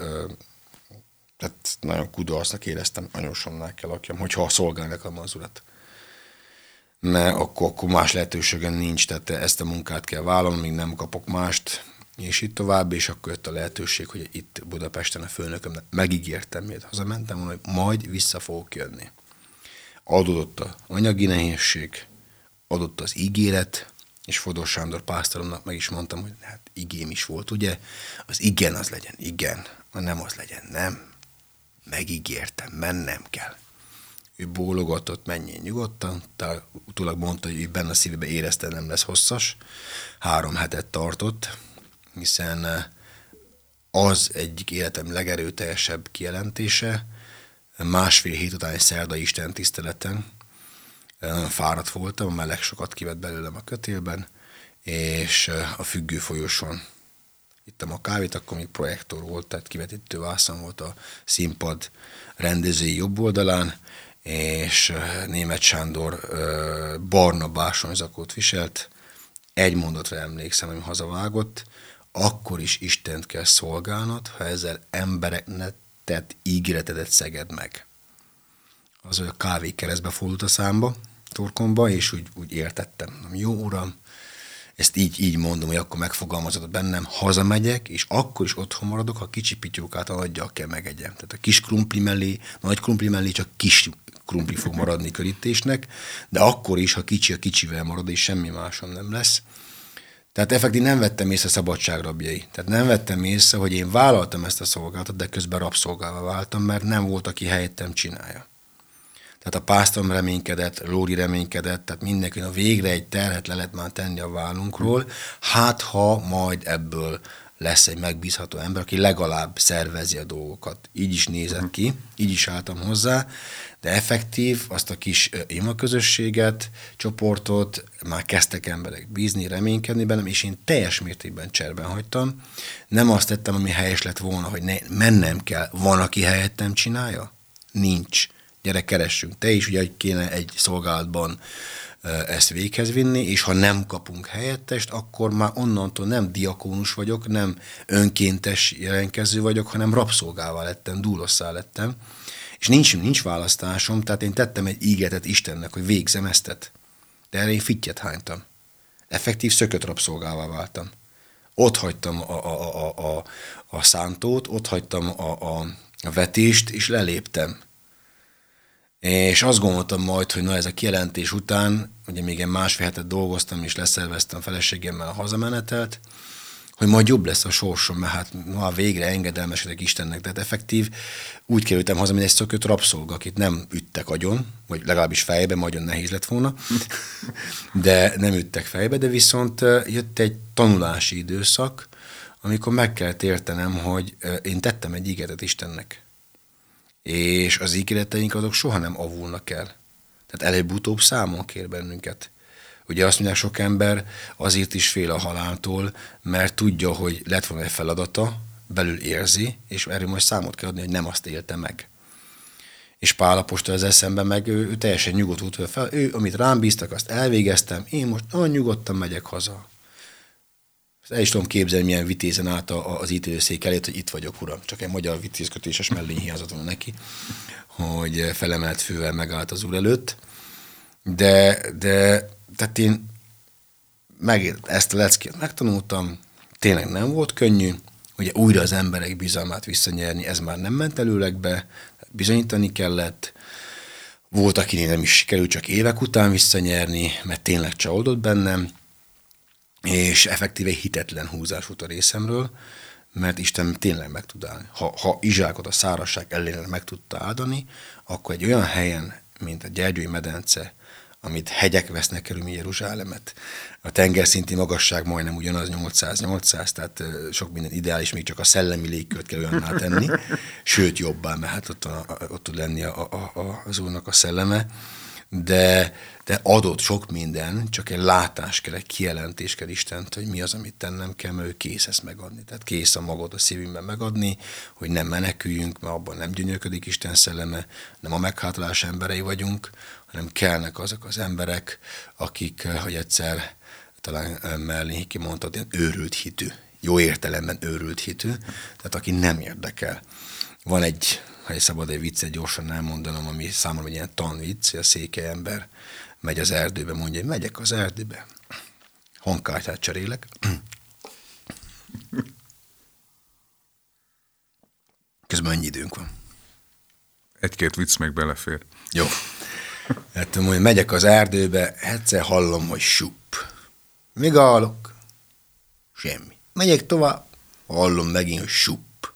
tehát nagyon kudarcnak éreztem, anyósomnál kell lakjam, hogyha szolgálni akarom az urat. Mert akkor más lehetőségem nincs, tehát ezt a munkát kell vállalnom, még nem kapok mást, és itt tovább, és akkor jött a lehetőség, hogy itt Budapesten a főnökömnek megígértem, miért hazamentem volna, hogy majd vissza fogok jönni. Adódott az anyagi nehézség, adott az ígéret, és Fodor Sándor pásztoromnak meg is mondtam, hogy hát igém is volt, ugye? Az igen az legyen, igen, a nem az legyen, nem. Megígértem, mennem kell. Ő bólogatott, menjél nyugodtan, tehát utólag mondta, hogy benne a szívében érezte, nem lesz hosszas. 3 hetet tartott, hiszen az egyik életem legerőteljesebb kijelentése, 1,5 hét után egy szerdai istentiszteleten, nagyon fáradt voltam, a meleg sokat kivett belőlem a kötélben, és a Függő folyosón ittam a kávét, akkor még projektor volt, tehát kivetítő vászon volt a színpad rendezői jobb oldalán, és Németh Sándor barna bársonyzakót viselt. Egy mondatra emlékszem, hogy hazavágott, akkor is Istent kell szolgálnod, ha ezzel embereknek tett ígéretedet szeged meg. Az, hogy a kávé keresztbe fordult a számba, torkomba, és úgy értettem. Jó uram, ezt így mondom, hogy akkor megfogalmazott bennem, hazamegyek, és akkor is otthon maradok, ha kicsi pityókát a nagyjal kell megegyem. Tehát a kis krumpli mellé, nagy krumpli mellé csak kis krumpli fog maradni körítésnek, de akkor is, ha kicsi a kicsivel marad, és semmi máson nem lesz. Tehát effektív nem vettem észre szabadságrabjai. Tehát nem vettem észre, hogy én vállaltam ezt a szolgálatot, de közben rabszolgálva váltam, mert nem volt, aki helyettem csinálja. Tehát a pásztorom reménykedett, Lóri reménykedett, tehát mindenki a végre egy terhet le lehet már tenni a vállunkról, hát ha majd ebből lesz egy megbízható ember, aki legalább szervezi a dolgokat. Így is nézett ki, így is álltam hozzá, de effektív azt a kis imaközösséget, csoportot, már kezdtek emberek bízni, reménykedni bennem, és én teljes mértékben cserben hagytam. Nem azt tettem, ami helyes lett volna, hogy mennem kell. Van, aki helyettem csinálja? Nincs. Gyere, keressünk. Te is, ugye, hogy kéne egy szolgálatban ezt véghez vinni, és ha nem kapunk helyettest, akkor már onnantól nem diakónus vagyok, nem önkéntes jelentkező vagyok, hanem rabszolgává lettem, dúlosszá lettem. És nincs választásom, tehát én tettem egy ígéretet Istennek, hogy végzem eztet. De erre én fittyet hánytam. Effektív szökött rabszolgává váltam. Ott hagytam a szántót, ott hagytam a vetést, és leléptem. És azt gondoltam majd, hogy ez a kijelentés után, ugye még egy másfél hetet dolgoztam, és leszerveztem feleségemmel a hazamenetelt, hogy majd jobb lesz a sorsom, mert hát ma végre engedelmeskedek Istennek. Tehát effektív úgy kerültem haza, mint egy szökött rabszolga, akit nem üttek agyon, vagy legalábbis fejbe, nagyon nehéz lett volna, de nem üttek fejbe, de viszont jött egy tanulási időszak, amikor meg kellett értenem, hogy én tettem egy ígéretet Istennek. És az ígéreteink azok soha nem avulnak el. Tehát előbb-utóbb számon kér bennünket. Ugye azt mondják, sok ember azért is fél a haláltól, mert tudja, hogy lett volna egy feladata, belül érzi, és erről most számot kell adni, hogy nem azt élte meg. És Pál apostol ezzel szemben meg ő teljesen nyugodt volt fel. Ő, amit rám bíztak, azt elvégeztem, én most nagyon nyugodtan megyek haza. El is tudom képzelni, milyen vitézen állt az ítélőszék elé, hogy itt vagyok, uram. Csak egy magyar vitézkötéses mellény hiányzott volna neki, hogy felemelt fővel megállt az úr előtt. De tehát én ezt a leckét megtanultam, tényleg nem volt könnyű, ugye újra az emberek bizalmát visszanyerni, ez már nem ment előlegbe, bizonyítani kellett. Volt, akinél nem is sikerült csak évek után visszanyerni, mert tényleg csalódott bennem, és effektíve egy hitetlen húzás volt a részemről, mert Isten tényleg meg tud állni. Ha Izsákot a szárazság ellenére meg tudta áldani, akkor egy olyan helyen, mint a Gyergyói medence, amit hegyek vesznek körül Jeruzsálemet. A tengerszinti magasság majdnem ugyanaz, 800, tehát sok minden ideális, még csak a szellemi légkört kell olyanná tenni, sőt jobbá, mert hát ott tud lenni az Úrnak a szelleme, de adott sok minden, csak egy látás kell, egy kijelentés kell Istent, hogy mi az, amit tennem kell, mert ő kész ezt megadni. Tehát kész a magot a szívünkben megadni, hogy nem meneküljünk, mert abban nem gyönyörködik Isten szelleme, nem a meghátolás emberei vagyunk, hanem kellnek azok az emberek, akik, hogy egyszer talán Merlin kimondta, ilyen őrült hitű, jó értelemben őrült hitű, tehát aki nem érdekel. Van egy, ha szabad egy viccet gyorsan elmondanom, ami számomra egy ilyen tanvicc, a székely ember megy az erdőbe, mondja, hogy megyek az erdőbe, hangkártyát cserélek. Közben annyi időnk van. Egy-két vicc még belefér. Jó. Hát mondja, megyek az erdőbe, egyszer hallom, hogy sup. Míg hallok? Semmi. Megyek tovább, hallom megint, hogy sup.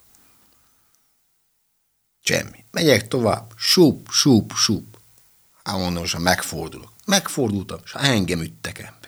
Semmi. Megyek tovább, sup. Hát mondom, most megfordulok. Megfordultam, és engem üttek ember.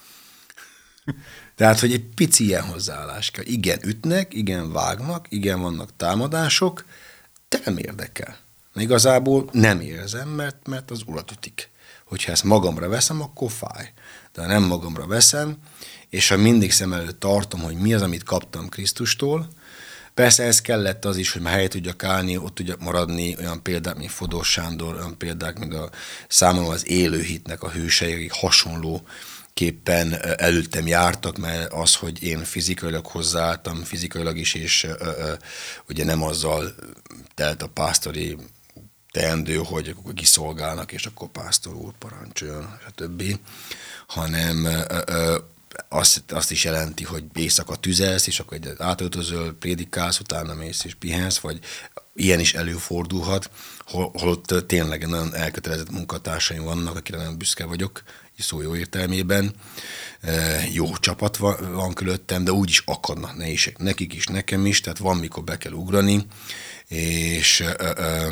Tehát, hogy egy pici ilyen hozzáállás kell. Igen, ütnek, igen, vágnak, igen, vannak támadások, de nem érdekel. Igazából nem érzem, mert az Urat ütik. Hogyha ezt magamra veszem, akkor fáj. De ha nem magamra veszem, és ha mindig szem előtt tartom, hogy mi az, amit kaptam Krisztustól, persze ez kellett az is, hogy már helyet tudjak állni, ott tudjak maradni, olyan példák, mint Fodor Sándor, olyan példák, mint a számomra az élő hitnek a hősei, akik hasonlóképpen előttem jártak, mert az, hogy én fizikailag hozzáálltam, fizikailag is, és ugye nem azzal telt a pásztori teendő, hogy akkor kiszolgálnak, és akkor pásztor úr parancsoljon, stb., hanem azt is jelenti, hogy éjszaka tüzelsz, és akkor átöltözöl, prédikálsz, utána mész és pihensz, vagy ilyen is előfordulhat, holott tényleg nagyon elkötelezett munkatársaim vannak, akire nagyon büszke vagyok, szó jó értelmében. Jó csapat van körülöttem, de úgyis akadnak nehézségek nekik is, nekem is, tehát van, mikor be kell ugrani, és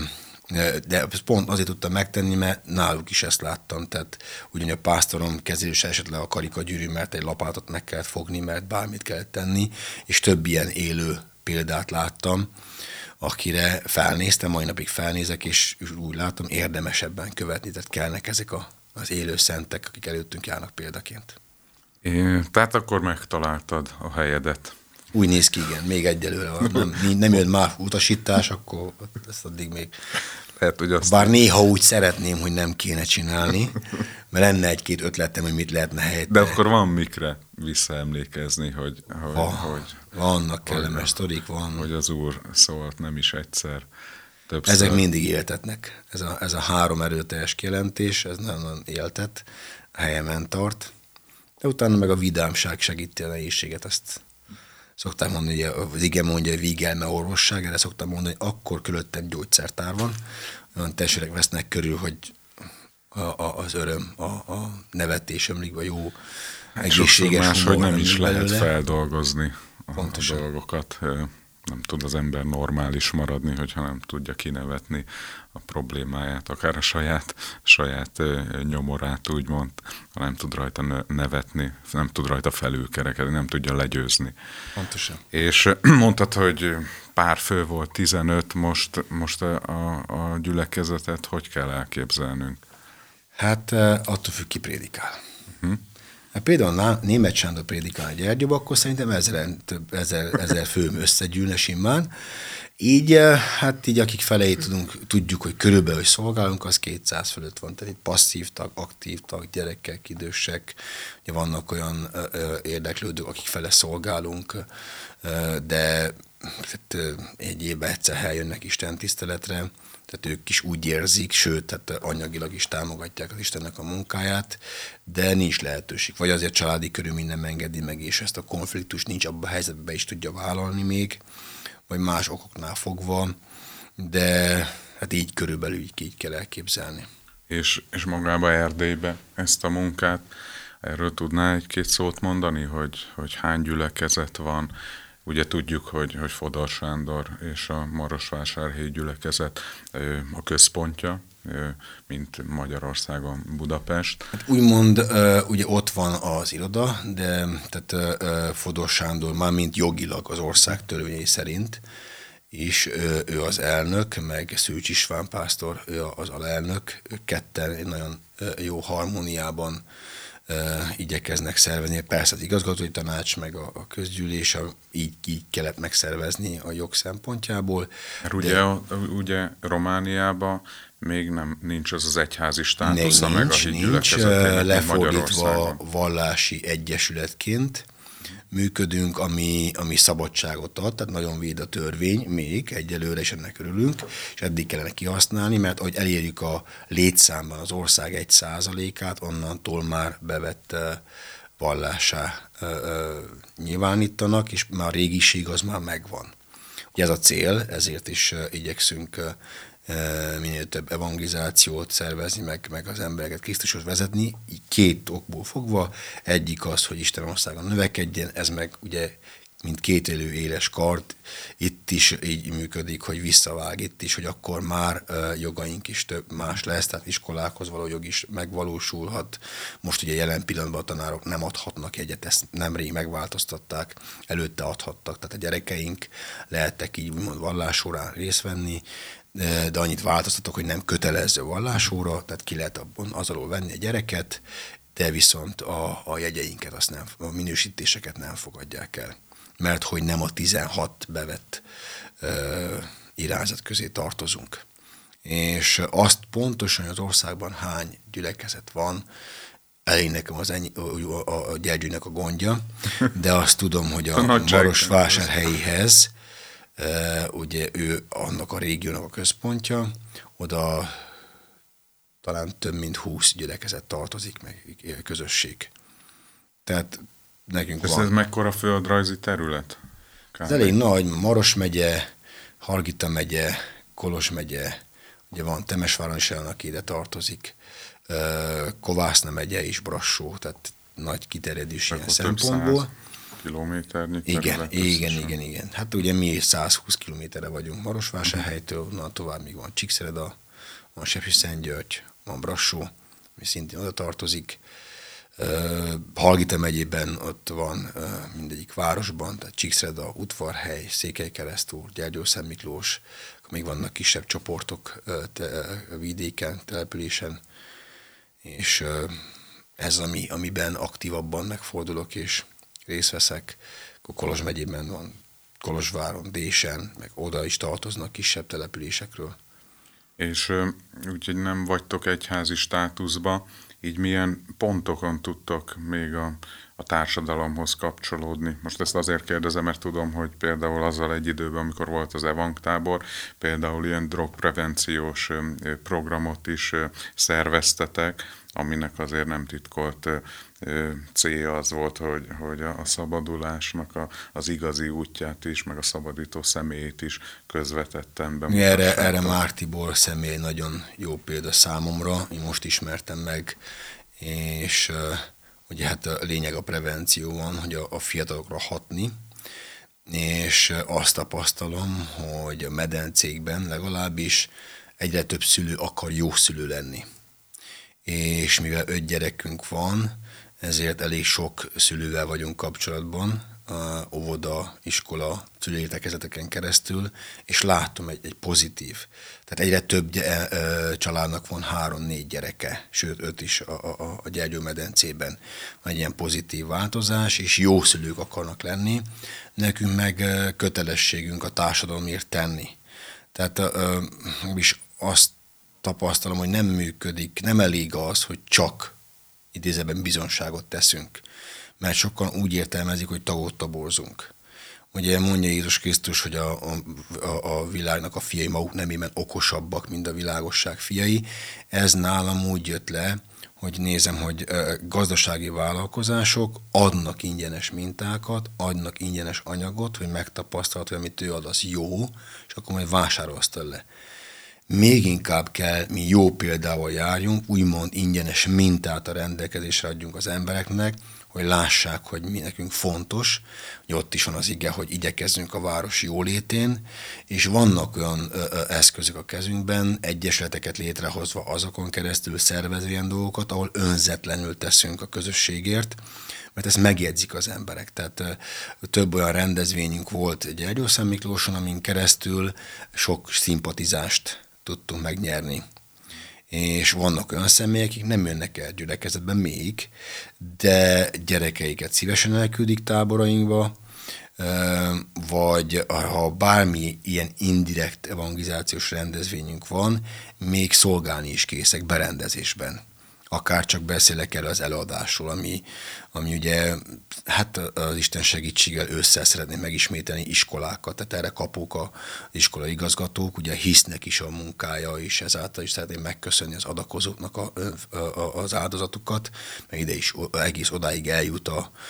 De pont azért tudtam megtenni, mert náluk is ezt láttam. Tehát ugyan a pásztorom kezéről se esett le a karikagyűrű, mert egy lapátot meg kellett fogni, mert bármit kellett tenni, és több ilyen élő példát láttam, akire felnéztem, mai napig felnézek, és úgy látom, érdemesebben követni, tehát kellnek ezek az élő szentek, akik előttünk járnak példaként. Tehát akkor megtaláltad a helyedet. Úgy néz ki, igen, még egyelőre. Nem jön már utasítás, akkor ezt addig még... Lehet, hogy bár néha úgy szeretném, hogy nem kéne csinálni, mert lenne egy-két ötletem, hogy mit lehetne helyette. De akkor van mikre visszaemlékezni, hogy vannak kellemes sztorik, van. Hogy az Úr szólt nem is egyszer, többször. Ezek mindig éltetnek. Ez a 3 erőteljes kijelentés, ez nagyon éltet, a helyemen tart. De utána meg a vidámság segíti a nehézséget, ezt szokták mondani, hogy az ige mondja, hogy vígelme orvosság, erre szoktam mondani, hogy akkor körülöttem gyógyszertár van, olyan testvérek vesznek körül, hogy az öröm, a nevetés ömlik, a jó, egészséges más, humor hogy nem is lehet belőle. Feldolgozni a Pontosan. dolgokat. Nem tud az ember normális maradni, hogyha nem tudja kinevetni a problémáját, akár a saját nyomorát, úgymond, ha nem tud rajta nevetni, nem tud rajta felülkerekedni, nem tudja legyőzni. Pontosan. És mondtad, hogy pár fő volt, 15, most a gyülekezetet hogy kell elképzelnünk? Hát attól függ, ki prédikál. Hát például Németh Sándor prédikál a Gyergyóba, akkor szerintem 1000 főm összegyűlne simán. Így, hát így akik felé tudjuk, hogy körülbelül hogy szolgálunk, az 200 fölött van. Tehát itt passzív tag, aktív tag, gyerekek, idősek. Ugye vannak olyan érdeklődők, akik fele szolgálunk, de hát, egy évben egyszer eljönnek Isten tiszteletre, tehát ők is úgy érzik, sőt, tehát anyagilag is támogatják az Istennek a munkáját, de nincs lehetőség. Vagy azért családi körülmény nem engedi meg, és ezt a konfliktus nincs abban a helyzetben, be is tudja vállalni még, vagy más okoknál fogva, de hát így körülbelül így kell elképzelni. És magába Erdélybe ezt a munkát, erről tudná egy-két szót mondani, hogy hány gyülekezet van? Ugye tudjuk, hogy Fodor Sándor és a Marosvásárhelyi gyülekezet a központja, mint Magyarországon Budapest. Hát úgymond ugye ott van az iroda, de tehát Fodor Sándor már mint jogilag az ország törvényei szerint, és ő az elnök, meg Szűcs István pásztor, ő az alelnök, ők ketten egy nagyon jó harmóniában igyekeznek szervezni. Persze az igazgatói tanács, meg a közgyűlés, így kellett megszervezni a jog szempontjából. Ugye Romániában még nincs az egyházi státusza, meg a hídgyülekezetének lefordítva vallási egyesületként működünk, ami szabadságot ad, tehát nagyon véd a törvény még egyelőre, és ennek örülünk, és eddig kellene kihasználni, mert ahogy elérjük a létszámban az ország 1%-át, onnantól már bevett vallássá nyilvánítanak, és már a régiség az már megvan. Ugye ez a cél, ezért is igyekszünk minél több evangelizációt szervezni, meg az embereket Krisztushoz vezetni, így 2 okból fogva. Egyik az, hogy Isten országon növekedjen, ez meg ugye, mint kétélő éles kard, itt is így működik, hogy visszavág itt is, hogy akkor már jogaink is több más lesz, tehát iskolákhoz való jog is megvalósulhat. Most ugye jelen pillanatban a tanárok nem adhatnak jegyet, ezt nemrég megváltoztatták, előtte adhattak, tehát a gyerekeink lehettek így úgymond vallásórán részt venni, de annyit változtatok, hogy nem kötelező vallásóra, tehát ki lehet az alól venni a gyereket, de viszont a jegyeinket, a minősítéseket nem fogadják el, mert hogy nem a 16 bevett irányzat közé tartozunk. És azt pontosan, hogy az országban hány gyülekezet van, elég nekem a Gyergyőnek a gondja, de azt tudom, hogy a Marosvásárhelyihez, ugye ő annak a régiónak a központja, oda talán több mint 20 gyülekezet tartozik, meg közösség. Tehát nekünk van. Ez mekkora földrajzi terület? Ez elég nagy, Maros megye, Hargita megye, Kolos megye, ugye van Temesváron is olyan, aki ide tartozik, Kovászna megye és Brassó, tehát nagy kiterjedés ilyen szempontból. kilométernyi terület. Igen. Hát ugye mi 120 kilométerre vagyunk Marosvásárhelytől, onnan tovább még van Csíkszereda, van Sepsiszentgyörgy, van Brassó, ami szintén oda tartozik. Hargita megyében ott van mindegyik városban, tehát Csíkszereda, Udvarhely, Székelykeresztúr, Gyergyószentmiklós, még vannak kisebb csoportok vidéken, településen, és ez amiben aktívabban megfordulok és részt veszek. Kolozs megyében van Kolozsváron, Désen, meg oda is tartoznak kisebb településekről. És úgyhogy nem vagytok egyházi státuszba, így milyen pontokon tudtok még a társadalomhoz kapcsolódni? Most ezt azért kérdezem, mert tudom, hogy például azzal egy időben, amikor volt az evangtábor, például ilyen drogprevenciós programot is szerveztetek, aminek azért nem titkolt célja az volt, hogy a szabadulásnak az igazi útját is, meg a szabadító személyét is közvetetten bemutassák. Erre Márk Tibor személy nagyon jó példa számomra, én most ismertem meg, és ugye hát a lényeg a prevenció van, hogy a fiatalokra hatni, és azt tapasztalom, hogy a medencékben legalábbis egyre több szülő akar jó szülő lenni. És mivel 5 gyerekünk van, ezért elég sok szülővel vagyunk kapcsolatban, óvoda, iskola, szülőértekezeteken keresztül, és látom egy pozitív. Tehát egyre több családnak van 3-4 gyereke, sőt 5 is a Gyergyó-medencében. Van egy ilyen pozitív változás, és jó szülők akarnak lenni. Nekünk meg kötelességünk a társadalomért tenni. Tehát is azt tapasztalom, hogy nem működik, nem elég az, hogy csak idézőben bizonságot teszünk, mert sokan úgy értelmezik, hogy tagot toborzunk. Ugye mondja Jézus Krisztus, hogy a világnak a fiai maguk nemében okosabbak, mint a világosság fiai. Ez nálam úgy jött le, hogy nézem, hogy gazdasági vállalkozások adnak ingyenes mintákat, adnak ingyenes anyagot, hogy megtapasztalhat, hogy amit ő ad, az jó, és akkor majd vásárolsz tőle. Még inkább kell, mi jó példával járjunk, úgymond ingyenes mintát a rendelkezésre adjunk az embereknek, hogy lássák, hogy mi nekünk fontos, hogy ott is van az ige, hogy igyekezzünk a város jólétén, és vannak olyan eszközök a kezünkben, egyesületeket létrehozva azokon keresztül szervezve ilyen dolgokat, ahol önzetlenül teszünk a közösségért, mert ezt megjegyzik az emberek. Tehát több olyan rendezvényünk volt Gyergyószentmiklóson, amin keresztül sok szimpatizást tudtunk megnyerni. És vannak olyan személyek, akik nem jönnek el gyülekezetbe még, de gyerekeiket szívesen elküldik táborainkba, vagy ha bármi ilyen indirekt evangelizációs rendezvényünk van, még szolgálni is készek berendezésben. Akár csak beszélek el az előadásról, ami ugye hát az Isten segítséggel ősszel szeretném megismételni iskolákat, tehát erre kapok az iskolai igazgatók, ugye hisznek is a munkája, és ezáltal is szeretném megköszönni az adakozóknak az áldozatukat, mert ide is egész odáig eljut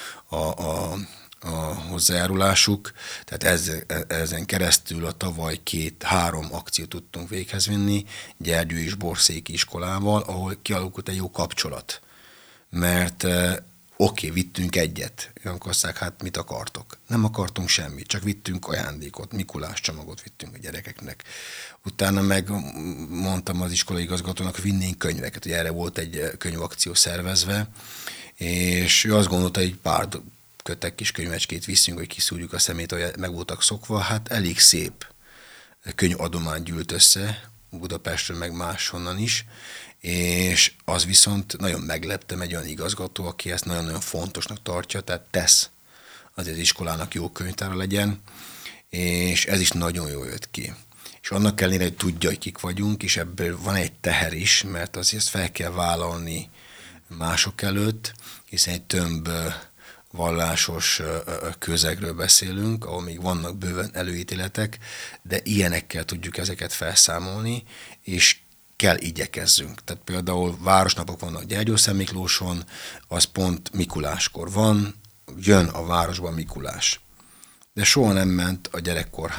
a hozzájárulásuk, tehát ezen keresztül a tavaly 2-3 akciót tudtunk véghez vinni Gyergyő és Borszéki iskolával, ahol kialakult egy jó kapcsolat. Mert vittünk egyet, olyankor hát mit akartok? Nem akartunk semmit, csak vittünk ajándékot, Mikulás csomagot vittünk a gyerekeknek. Utána meg mondtam az iskolai igazgatónak, hogy vinnénk könyveket, hogy erre volt egy könyvakció szervezve, és ő azt gondolta, hogy pár kötek kis könyvecskét viszünk, hogy kiszúrjuk a szemét, hogy meg voltak szokva. Hát elég szép könyvadomány gyűlt össze, Budapestről meg máshonnan is, és az viszont nagyon megleptem, egy olyan igazgató, aki ezt nagyon-nagyon fontosnak tartja, tehát tesz azért az iskolának jó könyvtára legyen, és ez is nagyon jól jött ki. És annak ellenére, hogy tudja, hogy kik vagyunk, és ebből van egy teher is, mert azért ezt fel kell vállalni mások előtt, hiszen egy több vallásos közegről beszélünk, ahol még vannak bőven előítéletek, de ilyenekkel tudjuk ezeket felszámolni, és kell igyekezzünk. Tehát például városnapok vannak Gyergyószentmiklóson, az pont Mikuláskor van, jön a városban Mikulás. De soha nem ment a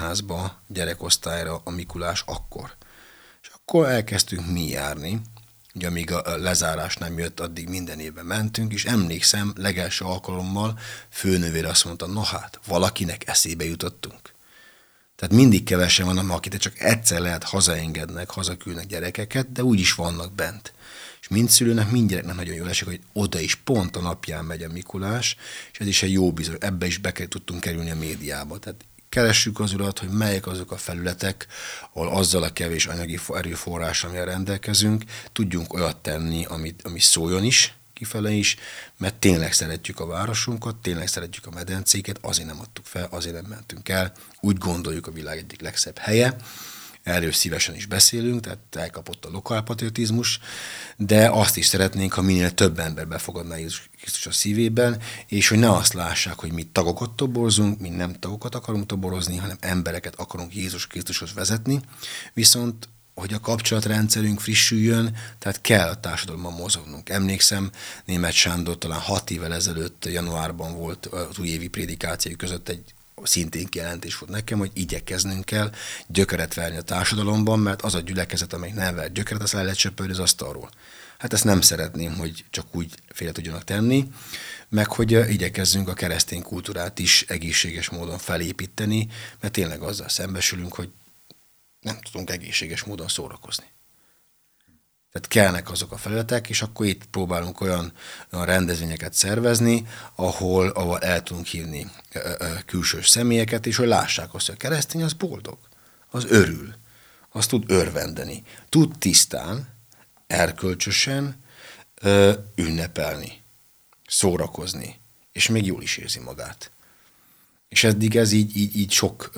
gyerekkórházba, gyerekosztályra a Mikulás akkor. És akkor elkezdtünk mi járni, ugye amíg a lezárás nem jött, addig minden évben mentünk, és emlékszem, legelső alkalommal főnővér azt mondta, na hát, valakinek eszébe jutottunk. Tehát mindig kevesen vannak, akit csak egyszer lehet hazaengednek, hazaküldnek gyerekeket, de úgy is vannak bent. És mind szülőnek, mind gyereknek nagyon jól esik, hogy oda is pont a napján megy a Mikulás, és ez is egy jó bizony, ebbe is tudtunk kerülni a médiába. Tehát keressük az urat, hogy melyek azok a felületek, ahol azzal a kevés anyagi erőforrással, amivel rendelkezünk, tudjunk olyat tenni, ami szóljon is, kifele is, mert tényleg szeretjük a városunkat, tényleg szeretjük a medencéket, azért nem adtuk fel, azért nem mentünk el, úgy gondoljuk a világ egyik legszebb helye, erről szívesen is beszélünk, tehát elkapott a lokálpatriotizmus, de azt is szeretnénk, ha minél több ember befogadná Jézus Krisztus a szívében, és hogy ne azt lássák, hogy mi tagokat toborzunk, mi nem tagokat akarunk toborozni, hanem embereket akarunk Jézus Krisztushoz vezetni, viszont hogy a kapcsolatrendszerünk frissüljön, tehát kell a társadalomban mozognunk. Emlékszem, Németh Sándor talán 6 évvel ezelőtt januárban volt az újévi prédikációi között egy szintén kijelentés volt nekem, hogy igyekeznünk kell gyökeret verni a társadalomban, mert az a gyülekezet, amely nem ver gyökeret, azt le lehet söpörni az asztalról. Hát ezt nem szeretném, hogy csak úgy félre tudjanak tenni, meg hogy igyekezzünk a keresztény kultúrát is egészséges módon felépíteni, mert tényleg azzal szembesülünk, hogy nem tudunk egészséges módon szórakozni. Tehát kellnek azok a felületek, és akkor itt próbálunk olyan rendezvényeket szervezni, ahol el tudunk hívni külsős személyeket, és hogy lássák azt, hogy a keresztény az boldog, az örül, az tud örvendeni, tud tisztán, erkölcsösen ünnepelni, szórakozni, és még jól is érzi magát. És eddig ez így sok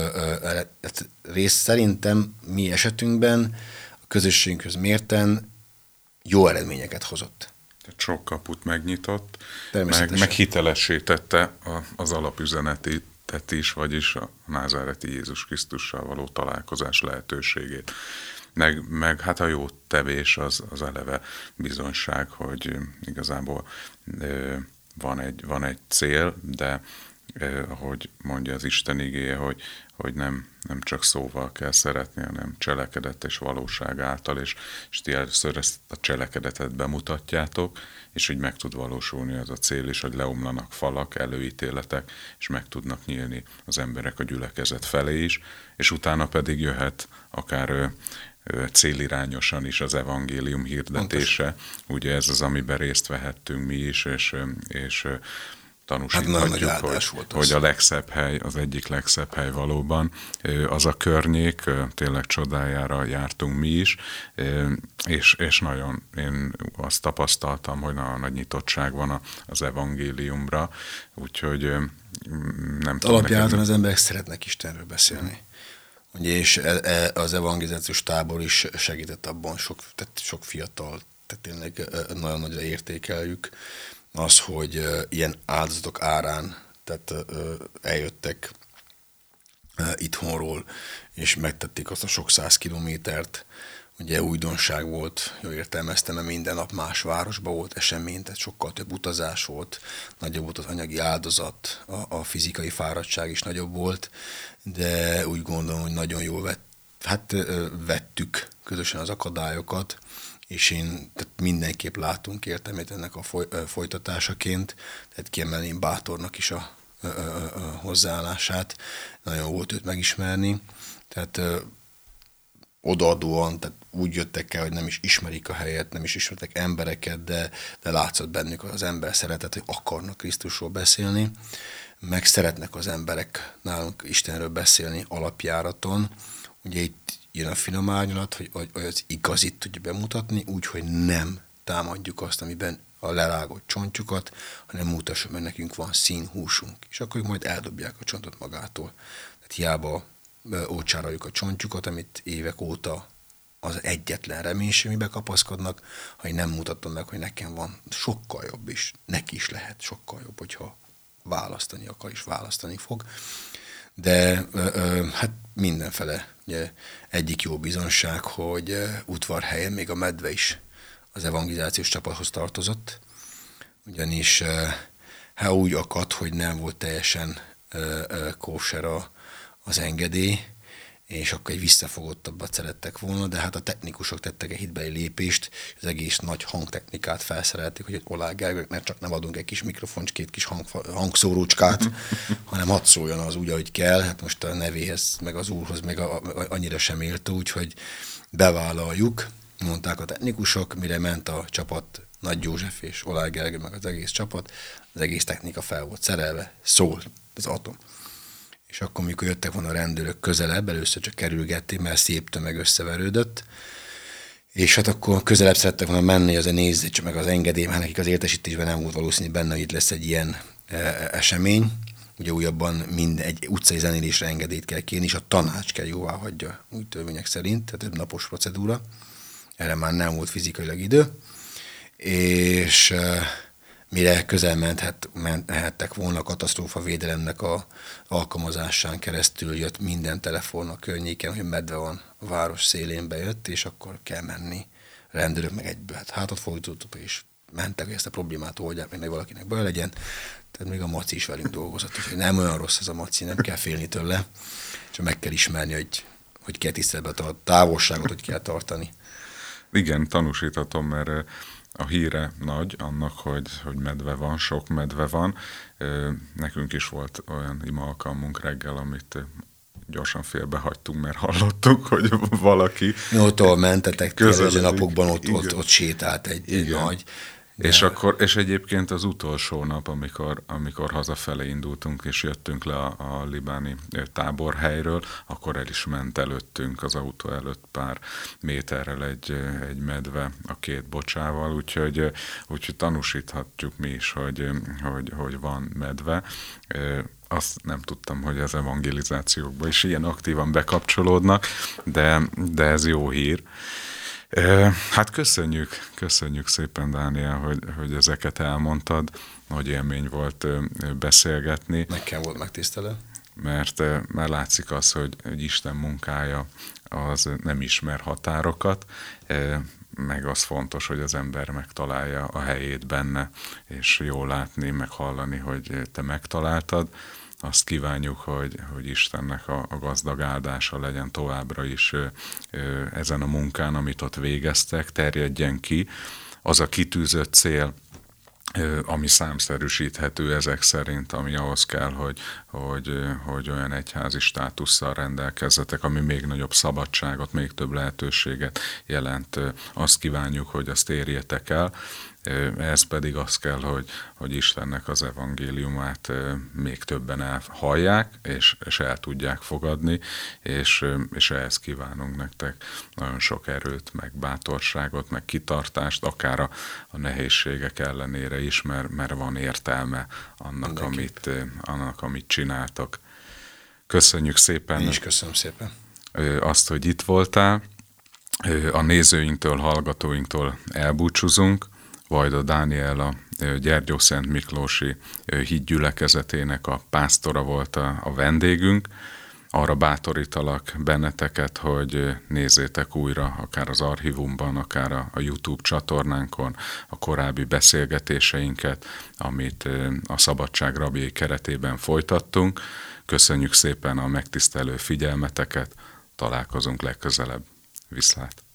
rész szerintem mi esetünkben a közösségünkhöz mérten jó eredményeket hozott. Sok kaput megnyitott, meg hitelessé tette az alapüzenetet is, vagyis a názáreti Jézus Krisztussal való találkozás lehetőségét. Meg hát a jó tevés az eleve bizonyság, hogy igazából van egy cél, de ahogy mondja az Isten igéje, hogy nem csak szóval kell szeretni, hanem cselekedet és valóság által, és ti először ezt a cselekedetet bemutatjátok, és hogy meg tud valósulni az a cél is, hogy leomlanak falak, előítéletek, és meg tudnak nyílni az emberek a gyülekezet felé is, és utána pedig jöhet akár célirányosan is az evangélium hirdetése. Pontos. Ugye ez az, amiben részt vehettünk mi is, és tanúsíthatjuk, hogy a legszebb hely, az egyik legszebb hely valóban. Az a környék, tényleg csodájára jártunk mi is, és nagyon én azt tapasztaltam, hogy nagy nyitottság van az evangéliumra, úgyhogy nem tudom. Alapjáraton az emberek szeretnek Istenről beszélni. Ugye, és az evangelizációs tábor is segített abban, sok fiatal, tehát tényleg nagyon nagyra értékeljük az, hogy ilyen áldozatok árán, tehát eljöttek itthonról, és megtették azt a sok 100 kilométert. Ugye újdonság volt, jól értelmeztem, mert minden nap más városba volt esemény, tehát sokkal több utazás volt, nagyobb volt az anyagi áldozat, a fizikai fáradtság is nagyobb volt, de úgy gondolom, hogy nagyon jól vettük közösen az akadályokat, és tehát mindenképp látunk értelmét ennek a folytatásaként, tehát kiemelném Bátornak is a hozzáállását, nagyon volt őt megismerni, tehát odaadóan, tehát úgy jöttek el, hogy nem is ismerik a helyet, nem is ismertek embereket, de látszott bennük az ember szeretet, hogy akarnak Krisztusról beszélni, meg szeretnek az emberek nálunk Istenről beszélni alapjáraton. Ugye itt jön a finom árnyalat, hogy az igazit tudja bemutatni, úgyhogy nem támadjuk azt, amiben a lerágott csontjukat, hanem mutassuk, mert nekünk van színhúsunk. És akkor majd eldobják a csontot magától. Tehát hiába ócsároljuk a csontjukat, amit évek óta az egyetlen reménység, mibe kapaszkodnak, ha én nem mutatom meg, hogy nekem van sokkal jobb is, neki is lehet sokkal jobb, hogyha választani akar, és választani fog. De hát mindenfele ugye, egyik jó bizonság, hogy Udvarhelyen még a medve is az evangelizációs csapathoz tartozott, ugyanis úgy akadt, hogy nem volt teljesen kóser az engedély, és akkor egy visszafogottabbat szerettek volna, de hát a technikusok tettek egy hitbeli lépést, és az egész nagy hangtechnikát felszerelték, hogy Oláh Gergőnek csak nem adunk egy kis mikrofont, két kis hangszórócskát, hanem hadd szóljon az úgy, ahogy kell. Hát most a nevéhez, meg az úrhoz meg annyira sem éltó, úgyhogy bevállaljuk, mondták a technikusok, mire ment a csapat, Nagy József és Oláh Gergő, meg az egész csapat, az egész technika fel volt szerelve, szólt az atom. És akkor, mikor jöttek volna a rendőrök közelebb, először csak kerülgették, mert szép tömeg összeverődött, és hát akkor közelebb szerettek volna menni, azért nézzék meg az engedély, mert nekik az értesítésben nem volt valószínű benne, hogy itt lesz egy ilyen esemény. Ugye újabban egy utcai zenélésre engedélyt kell kérni, és a tanács kell jóvá hagyja új törvények szerint, tehát több napos procedúra. Erre már nem volt fizikailag idő. És mire közel menthettek volna a katasztrófavédelemnek a alkalmazásán keresztül, jött minden telefon a környéken, hogy medve van, a város szélén bejött, és akkor kell menni. Rendőrök meg egyből hátat fordítottak, és mentek, hogy ezt a problémát oldják, meg valakinek baj legyen. Tehát még a Maci is velünk dolgozott, úgyhogy nem olyan rossz ez a Maci, nem kell félni tőle, csak meg kell ismerni, hogy kell tiszteletben a távolságot, hogy kell tartani. Igen, tanúsíthatom, mert a híre nagy annak, hogy medve van, sok medve van. Nekünk is volt olyan ima alkalmunk reggel, amit gyorsan félbehagytunk, mert hallottuk, hogy valaki... Ott mentetek, előző napokban ott sétált egy nagy... De... És egyébként az utolsó nap, amikor hazafele indultunk, és jöttünk le a libáni táborhelyről, akkor el is ment előttünk az autó előtt pár méterrel egy medve a két bocsával, úgyhogy tanúsíthatjuk mi is, hogy van medve. Azt nem tudtam, hogy az evangelizációkban is ilyen aktívan bekapcsolódnak, de ez jó hír. Hát köszönjük szépen, Dániel, hogy ezeket elmondtad. Nagy élmény volt beszélgetni. Nekem volt megtisztelő. Mert látszik az, hogy Isten munkája az nem ismer határokat, meg az fontos, hogy az ember megtalálja a helyét benne, és jól látni, meg hallani, hogy te megtaláltad. Azt kívánjuk, hogy Istennek a gazdag áldása legyen továbbra is ezen a munkán, amit ott végeztek, terjedjen ki. Az a kitűzött cél, ami számszerűsíthető ezek szerint, ami ahhoz kell, hogy olyan egyházi státusszal rendelkezzetek, ami még nagyobb szabadságot, még több lehetőséget jelent. Azt kívánjuk, hogy azt érjétek el. Ez pedig az kell, hogy Istennek az evangéliumát még többen elhallják, és el tudják fogadni, és ehhez kívánunk nektek nagyon sok erőt, meg bátorságot, meg kitartást, akár a nehézségek ellenére is, mert van értelme annak, amit csináltak. Köszönjük szépen! Én is köszönöm szépen! Azt, hogy itt voltál. A nézőinktől, hallgatóinktól elbúcsúzunk. Vajda Dániel a Gyergyószent Miklósi hídgyülekezetének a pásztora volt a vendégünk. Arra bátorítalak benneteket, hogy nézzétek újra, akár az archívumban, akár a YouTube csatornánkon a korábbi beszélgetéseinket, amit a Szabadság Rabjai keretében folytattunk. Köszönjük szépen a megtisztelő figyelmeteket, találkozunk legközelebb. Viszlát!